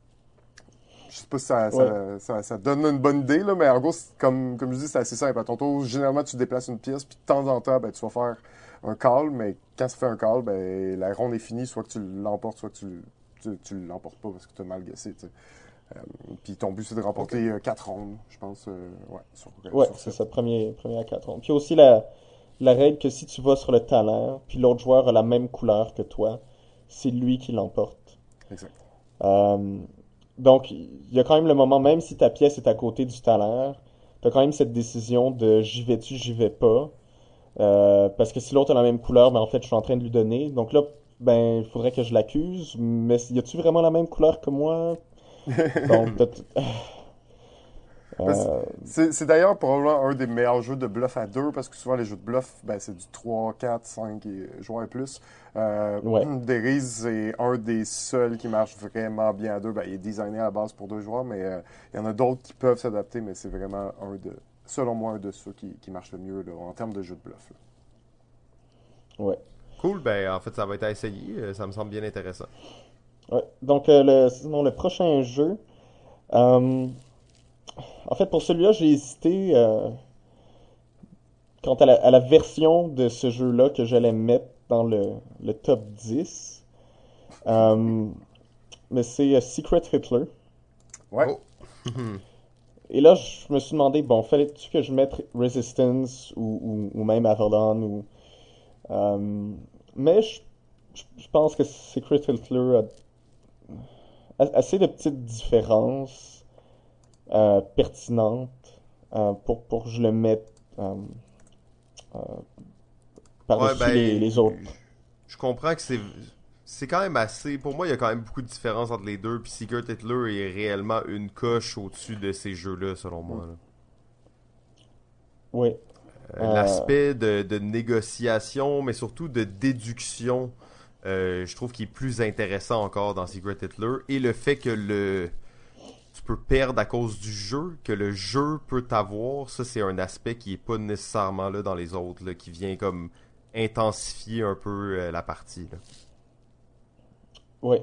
Je sais pas si ouais, ça donne une bonne idée, là, mais en gros, comme je dis, c'est assez simple. À ton tour, généralement, tu déplaces une pièce, puis de temps en temps, ben, tu vas faire un call, mais quand ça fait un call, ben, la ronde est finie, soit que tu l'emportes, soit que tu l'emportes pas parce que tu as mal guessé. Tu sais. Puis ton but, c'est de Ok. remporter 4 rondes, je pense, ouais, ouais, sur c'est 7. ça, premier à 4 rondes. Puis aussi la règle que si tu vas sur le talent, puis l'autre joueur a la même couleur que toi, c'est lui qui l'emporte. Exact. Euh, donc, il y a quand même le moment, même si ta pièce est à côté du talent, t'as quand même cette décision de j'y vais-tu, j'y vais pas. Parce que si l'autre a la même couleur, ben en fait, je suis en train de lui donner. Donc là, ben, il faudrait que je l'accuse. Mais y a-tu vraiment la même couleur que moi? Donc, Ben, euh, c'est d'ailleurs probablement un des meilleurs jeux de bluff à deux parce que souvent les jeux de bluff, ben, c'est du 3, 4, 5 joueurs et plus. ouais, Deriz, c'est un des seuls qui marche vraiment bien à deux. Ben, il est designé à la base pour 2 joueurs, mais il y en a d'autres qui peuvent s'adapter, mais c'est vraiment selon moi, un de ceux qui marche le mieux là, en termes de jeu de bluff. Là. ouais, Cool, ben en fait ça va être à essayer, ça me semble bien intéressant. ouais. Donc, sinon, le prochain jeu, euh, en fait, pour celui-là, j'ai hésité quant à la version de ce jeu-là que j'allais mettre dans le top 10. Euh, mais c'est Secret Hitler. Ouais. Oh! Et là, je me suis demandé, bon, fallait-tu que je mette Resistance ou même Avalon euh, mais je pense que Secret Hitler a assez de petites différences pertinentes pour que je le mette euh, Ouais, par-dessus ben les autres. je comprends que c'est quand même assez. Pour moi, il y a quand même beaucoup de différence entre les deux. Puis Secret Hitler est réellement une coche au-dessus de ces jeux-là, selon Mm. moi. Là. Oui. Euh, L'aspect de négociation, mais surtout de déduction, je trouve qu'il est plus intéressant encore dans Secret Hitler. Et le fait que tu peux perdre à cause du jeu, que le jeu peut t'avoir, ça c'est un aspect qui est pas nécessairement là dans les autres, là, qui vient comme intensifier un peu la partie. Là. Ouais.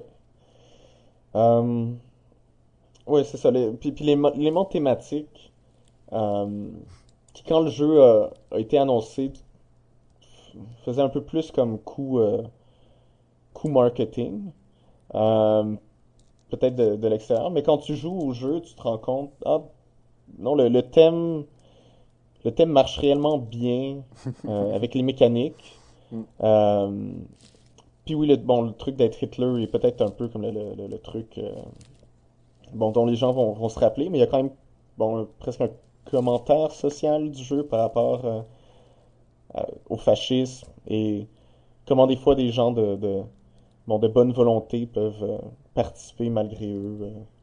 Ouais, c'est ça. Puis l'élément thématique, qui quand le jeu a été annoncé, faisait un peu plus comme coup marketing, euh, peut-être de l'extérieur, mais quand tu joues au jeu, tu te rends compte, ah, non, le thème marche réellement bien avec les mécaniques. Mm. Puis oui, le truc d'être Hitler est peut-être un peu comme le truc dont les gens vont se rappeler, mais il y a quand même presque un commentaire social du jeu par rapport au fascisme et comment des fois des gens de bonne volonté peuvent participer malgré eux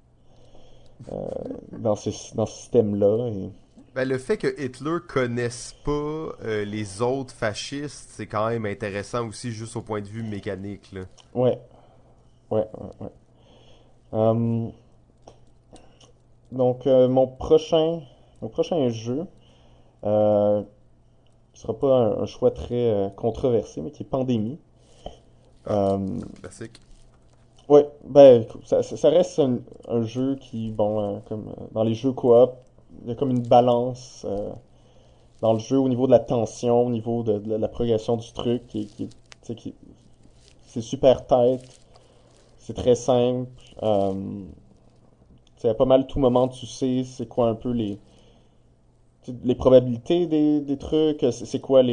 dans ce système-là. Ben, le fait que Hitler connaisse pas les autres fascistes, c'est quand même intéressant aussi, juste au point de vue mécanique. Là. Ouais, ouais. Euh, donc, mon prochain jeu, euh, qui sera pas un choix très controversé, mais qui est Pandémie. Ah, Euh, classique. ouais, ben, ça reste un jeu qui, comme dans les jeux coop, il y a comme une balance dans le jeu au niveau de la tension, au niveau de la progression du truc, tu sais, c'est super tight, c'est très simple. Tu sais, à pas mal tout moment, tu sais c'est quoi un peu les probabilités des trucs, c'est quoi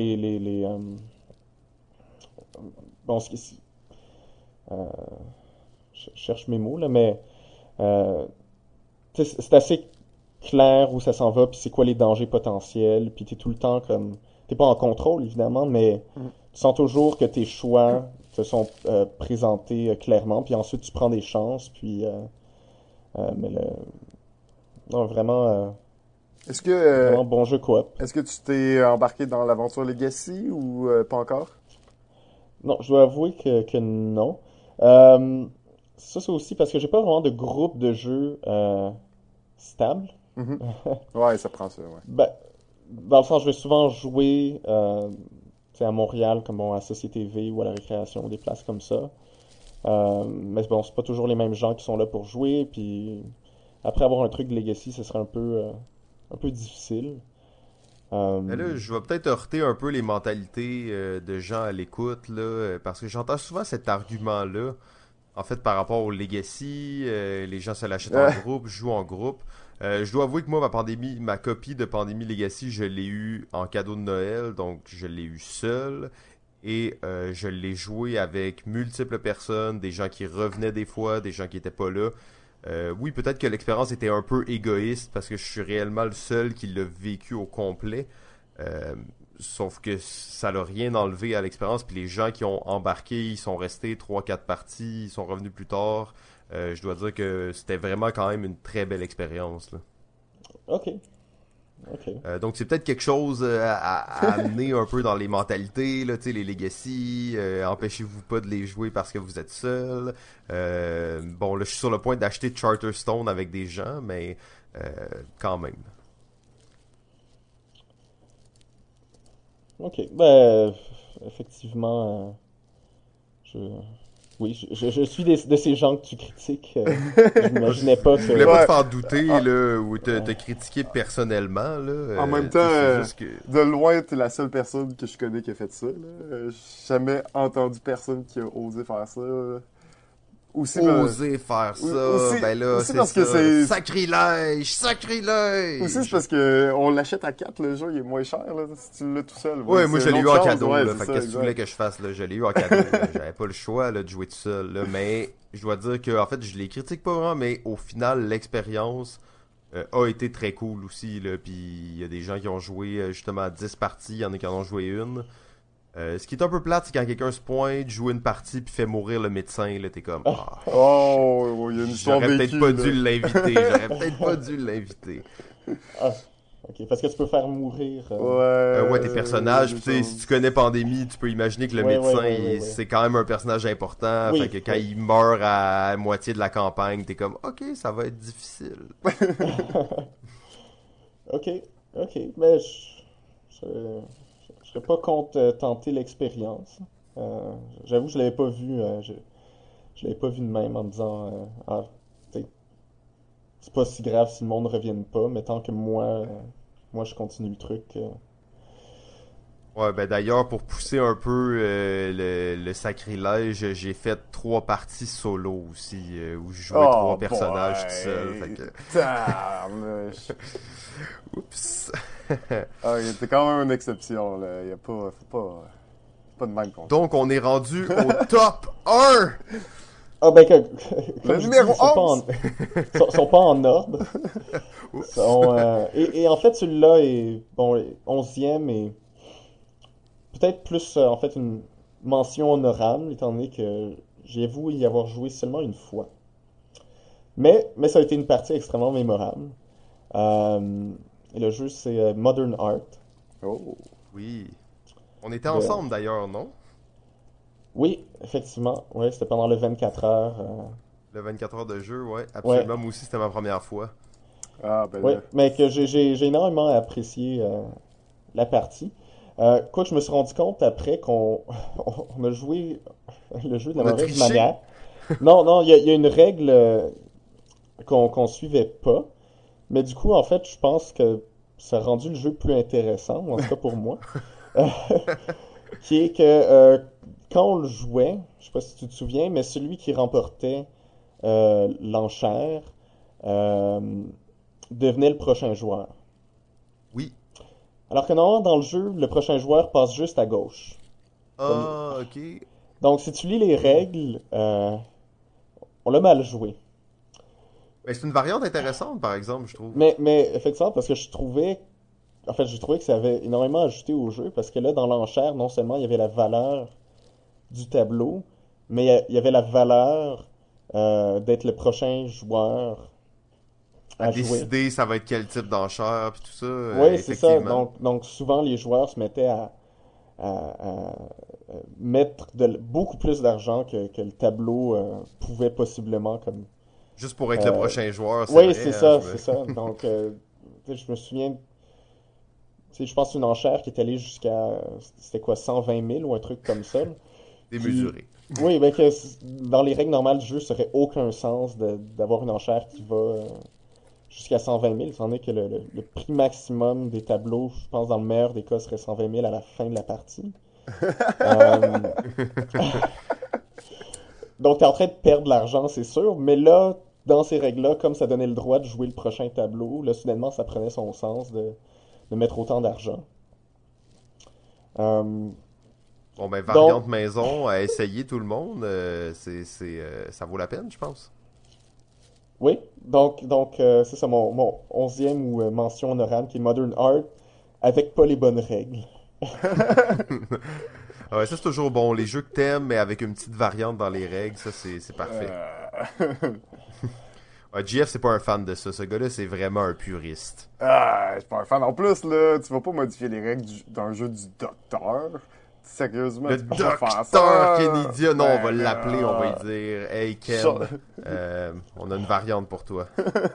bon, euh, je cherche mes mots là, mais euh, tu sais, c'est assez clair où ça s'en va, puis c'est quoi les dangers potentiels, puis t'es tout le temps comme... T'es pas en contrôle, évidemment, mais Mm. tu sens toujours que tes choix te sont présentés clairement, puis ensuite tu prends des chances, puis... mais non, Est-ce que, vraiment bon jeu coop. est-ce que tu t'es embarqué dans l'aventure Legacy ou pas encore? Non, je dois avouer que non. Euh, Ça, c'est aussi parce que j'ai pas vraiment de groupe de jeux stable. Mhm. Ouais, ça prend ça, ouais. Ben, dans le sens, je vais souvent jouer tu sais, à Montréal, comme bon, à Société V ou à la Récréation, ou des places comme ça. Mais bon, c'est pas toujours les mêmes gens qui sont là pour jouer. Puis après avoir un truc de Legacy, ce serait un peu difficile. Mais Euh, là, je vais peut-être heurter un peu les mentalités de gens à l'écoute, là, parce que j'entends souvent cet argument-là. En fait, par rapport au Legacy, les gens se l'achètent en groupe, jouent en groupe. Je dois avouer que moi, ma copie de Pandémie Legacy, je l'ai eu en cadeau de Noël, donc je l'ai eu seul. Et je l'ai joué avec multiples personnes, des gens qui revenaient des fois, des gens qui étaient pas là. Oui, peut-être que l'expérience était un peu égoïste parce que je suis réellement le seul qui l'a vécu au complet. Euh, Sauf que ça n'a rien enlevé à l'expérience. Puis les gens qui ont embarqué, ils sont restés trois quatre parties, ils sont revenus plus tard. Je dois dire que c'était vraiment quand même une très belle expérience. Là. ok, ok. Donc c'est peut-être quelque chose à amener un peu dans les mentalités, là, tu sais, les legacy. Empêchez-vous pas de les jouer parce que vous êtes seul. Bon, là je suis sur le point d'acheter Charterstone avec des gens, mais quand même. Ok, ben, effectivement, je, oui, je suis de ces gens que tu critiques. Je m'imaginais pas Je voulais que. pas te Ouais. faire douter Ah, là, ou te Ouais. critiquer personnellement là. en même temps, Tu sais, c'est juste que de loin, t'es la seule personne que je connais qui a fait ça, là. J'ai jamais entendu personne qui a osé faire ça, là. Aussi, oser faire ça, aussi, ben là aussi c'est parce que ça, c'est... sacrilège, Aussi, c'est sacrilège. parce que on l'achète à 4 le jeu, il est moins cher, là, si tu l'as tout seul. Ouais, Ouais, moi c'est je une l'ai eu autre en chose, cadeau, ouais, là. c'est Fait que ça, qu'est-ce que tu voulais exact. que je fasse, là? Je l'ai eu en cadeau, là. J'avais pas le choix, là, de jouer tout seul, là. Mais je dois dire que, en fait, je les critique pas vraiment, mais au final, l'expérience a été très cool aussi, là. Puis il y a des gens qui ont joué justement à 10 parties, il y en a qui en ont joué une. Ce qui est un peu plate, c'est quand quelqu'un se pointe, joue une partie, puis fait mourir le médecin, là. T'es comme, ah, shit. Oh, il y a une histoire J'aurais peut-être vécue, pas là. dû l'inviter. J'aurais peut-être pas dû l'inviter. Ah, ok, parce que tu peux faire mourir. Ouais, tes personnages, Des puis tu sais, si choses. tu connais Pandémie, tu peux imaginer que le Ouais, ouais, médecin, ouais, ouais, ouais. c'est quand même un personnage important. Fait Oui, que quand oui. il meurt à moitié de la campagne, t'es comme, ok, ça va être difficile. Ok, ok, mais je je serais pas contre tenter l'expérience. J'avoue, je l'avais pas vu, je l'avais pas vu de même en me disant, ah, tu sais, c'est pas si grave si le monde ne revienne pas, mais tant que moi je continue le truc. Ouais, ben d'ailleurs, pour pousser un peu le sacrilège, j'ai fait 3 parties solo aussi, où je jouais Oh 3 personnages tout seul. Fait boy! que, Tabarnouche. oups. Ah, t'es quand même une exception, là. Y a pas, pas de même qu'on fait. Donc, on est rendu au top 1! Ah ben, Le comme je dis, numéro ils sont pas 11! sont pas en ordre. Oups. Et en fait, celui-là est, bon, 11e et peut-être plus, en fait, une mention honorable, étant donné que j'ai avoué y avoir joué seulement une fois. Mais ça a été une partie extrêmement mémorable. Euh, et le jeu, c'est Modern Art. Oh! Oui. On était De... ensemble d'ailleurs, non? Oui, effectivement. Ouais, c'était pendant le 24 heures. Le 24 heures de jeu, ouais, Ouais, absolument. Moi aussi, c'était ma première fois. Ah, ben ouais, là. mais que j'ai énormément apprécié la partie. Quoi que je me suis rendu compte après qu'on on a joué le jeu de la On a mauvaise triché? manière. Non, non, il y a une règle qu'on suivait pas. Mais du coup, en fait, je pense que ça a rendu le jeu plus intéressant, ou en tout cas pour moi. Qui est que quand on le jouait, je sais pas si tu te souviens, mais celui qui remportait l'enchère euh, devenait le prochain joueur. Oui. Alors que normalement, dans le jeu, le prochain joueur passe juste à gauche. Comme... Ah, ok. Donc, si tu lis les règles, on l'a mal joué. Ben, c'est une variante intéressante, par exemple, je trouve. Mais effectivement, parce que je trouvais, en fait, j'ai trouvé que ça avait énormément ajouté au jeu, parce que là, dans l'enchère, non seulement il y avait la valeur du tableau, mais il y avait la valeur d'être le prochain joueur À à jouer. décider ça va être quel type d'enchère, puis tout ça, Oui, c'est ça. effectivement. Donc souvent, les joueurs se mettaient à mettre beaucoup plus d'argent que le tableau pouvait possiblement comme. Juste pour être le Euh, prochain joueur, c'est oui, vrai, c'est hein, ça, c'est ça. Donc, tu sais, je me souviens, tu sais, je pense une enchère qui est allée jusqu'à, c'était quoi, 120 000 ou un truc comme ça, là, qui, démesuré. oui, ben que dans les règles normales du jeu, ça aurait aucun sens d'avoir une enchère qui va jusqu'à 120 000, étant donné que le prix maximum des tableaux, je pense dans le meilleur des cas, serait 120 000 à la fin de la partie. Euh, donc, t'es en train de perdre de l'argent, c'est sûr, mais là, dans ces règles-là, comme ça donnait le droit de jouer le prochain tableau, là, soudainement, ça prenait son sens de mettre autant d'argent. Euh, Bon, ben, donc, variante maison, à essayer tout le monde, ça vaut la peine, je pense. oui, c'est ça mon 11e ou mention honorable qui est Modern Art avec pas les bonnes règles. Ouais, ça c'est toujours bon. Les jeux que t'aimes, mais avec une petite variante dans les règles, ça c'est parfait. Ouais, GF c'est pas un fan de ça. Ce gars-là, c'est vraiment un puriste. Ah, je suis pas un fan. En plus, là, tu vas pas modifier les règles d'un jeu du docteur. Sérieusement, Le tu peux pas faire docteur ça. Kennedy, non, on va Ben l'appeler, on va lui là. dire, Hey Ça- Ken, on a une variante pour toi.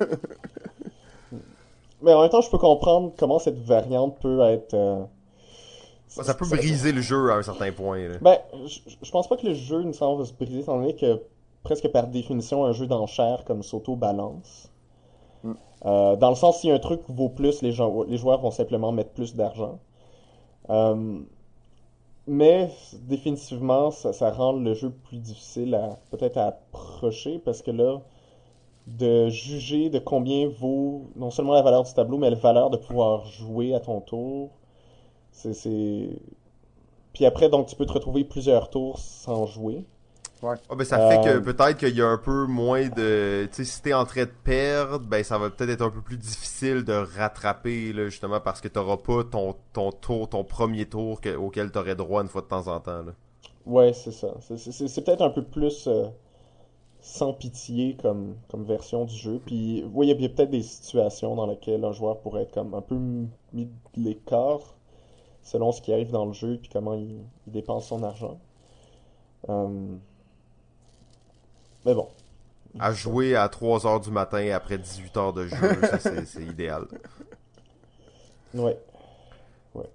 Mais en même temps, je peux comprendre comment cette variante peut être. Ouais, ça peut briser le jeu à un certain point, là. Ben, je pense pas que le jeu ne semble se briser, étant donné que presque par définition, un jeu d'enchères comme s'auto-balance. Hmm. Dans le sens, si un truc vaut plus, les joueurs vont simplement mettre plus d'argent. Euh, mais définitivement, ça rend le jeu plus difficile à peut-être à approcher parce que là, de juger de combien vaut non seulement la valeur du tableau, mais la valeur de pouvoir jouer à ton tour, c'est... Puis après, donc, tu peux te retrouver plusieurs tours sans jouer. Ouais. Ah, ben ça fait que Euh, peut-être qu'il y a un peu moins de... Tu sais, si t'es en train de perdre, ben ça va peut-être être un peu plus difficile de rattraper, là, justement, parce que t'auras pas ton tour, ton premier tour auquel t'aurais droit une fois de temps en temps, là. ouais, c'est ça. C'est peut-être un peu plus sans pitié comme version du jeu. Puis, oui, il y a peut-être des situations dans lesquelles un joueur pourrait être comme un peu mis de l'écart selon ce qui arrive dans le jeu puis comment il dépense son argent. Euh, mais bon, je À dis ça. jouer à 3 heures du matin après 18 heures de jeu, ça c'est idéal. Ouais, ouais, ouais.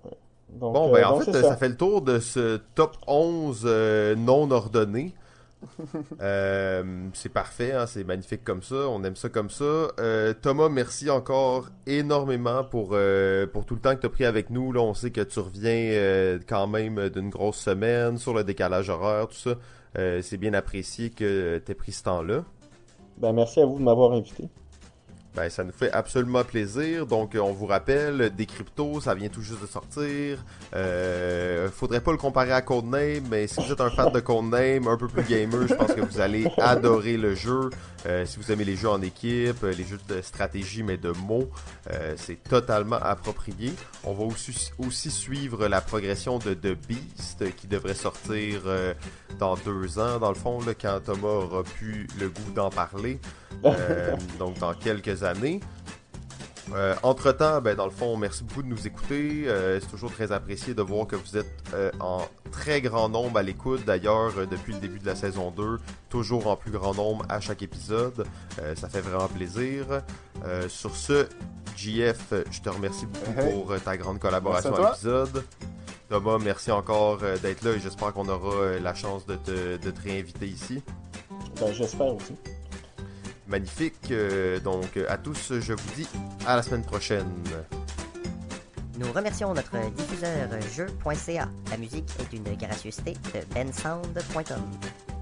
Donc, Bon, ben en donc fait, c'est ça ça. fait le tour de ce top 11 non ordonné. C'est parfait, hein, c'est magnifique comme ça, on aime ça comme ça. Thomas, merci encore énormément pour tout le temps que tu as pris avec nous. Là, on sait que tu reviens quand même d'une grosse semaine sur le décalage horaire, tout ça. C'est bien apprécié que tu aies pris ce temps-là. Ben, merci à vous de m'avoir invité. Ben, ça nous fait absolument plaisir. Donc, on vous rappelle, Décrypto, ça vient tout juste de sortir. Faudrait pas le comparer à Codename, mais si vous êtes un fan de Codename, un peu plus gamer, je pense que vous allez adorer le jeu. Si vous aimez les jeux en équipe, les jeux de stratégie, mais de mots, c'est totalement approprié. On va aussi suivre la progression de The Beast, qui devrait sortir dans 2 ans, dans le fond, là, quand Thomas aura pu le goût d'en parler. Donc dans quelques années. Entre-temps, ben, dans le fond, merci beaucoup de nous écouter. C'est toujours très apprécié de voir que vous êtes en très grand nombre à l'écoute. D'ailleurs, depuis le début de la saison 2, toujours en plus grand nombre à chaque épisode. Ça fait vraiment plaisir. Sur ce, JF, je te remercie beaucoup pour ta grande collaboration à l'épisode. Thomas, merci encore d'être là et j'espère qu'on aura la chance de te réinviter ici. Ben, j'espère aussi. Magnifique. Donc, à tous, je vous dis à la semaine prochaine. Nous remercions notre diffuseur jeu.ca. La musique est une gracieuseté de bensound.com.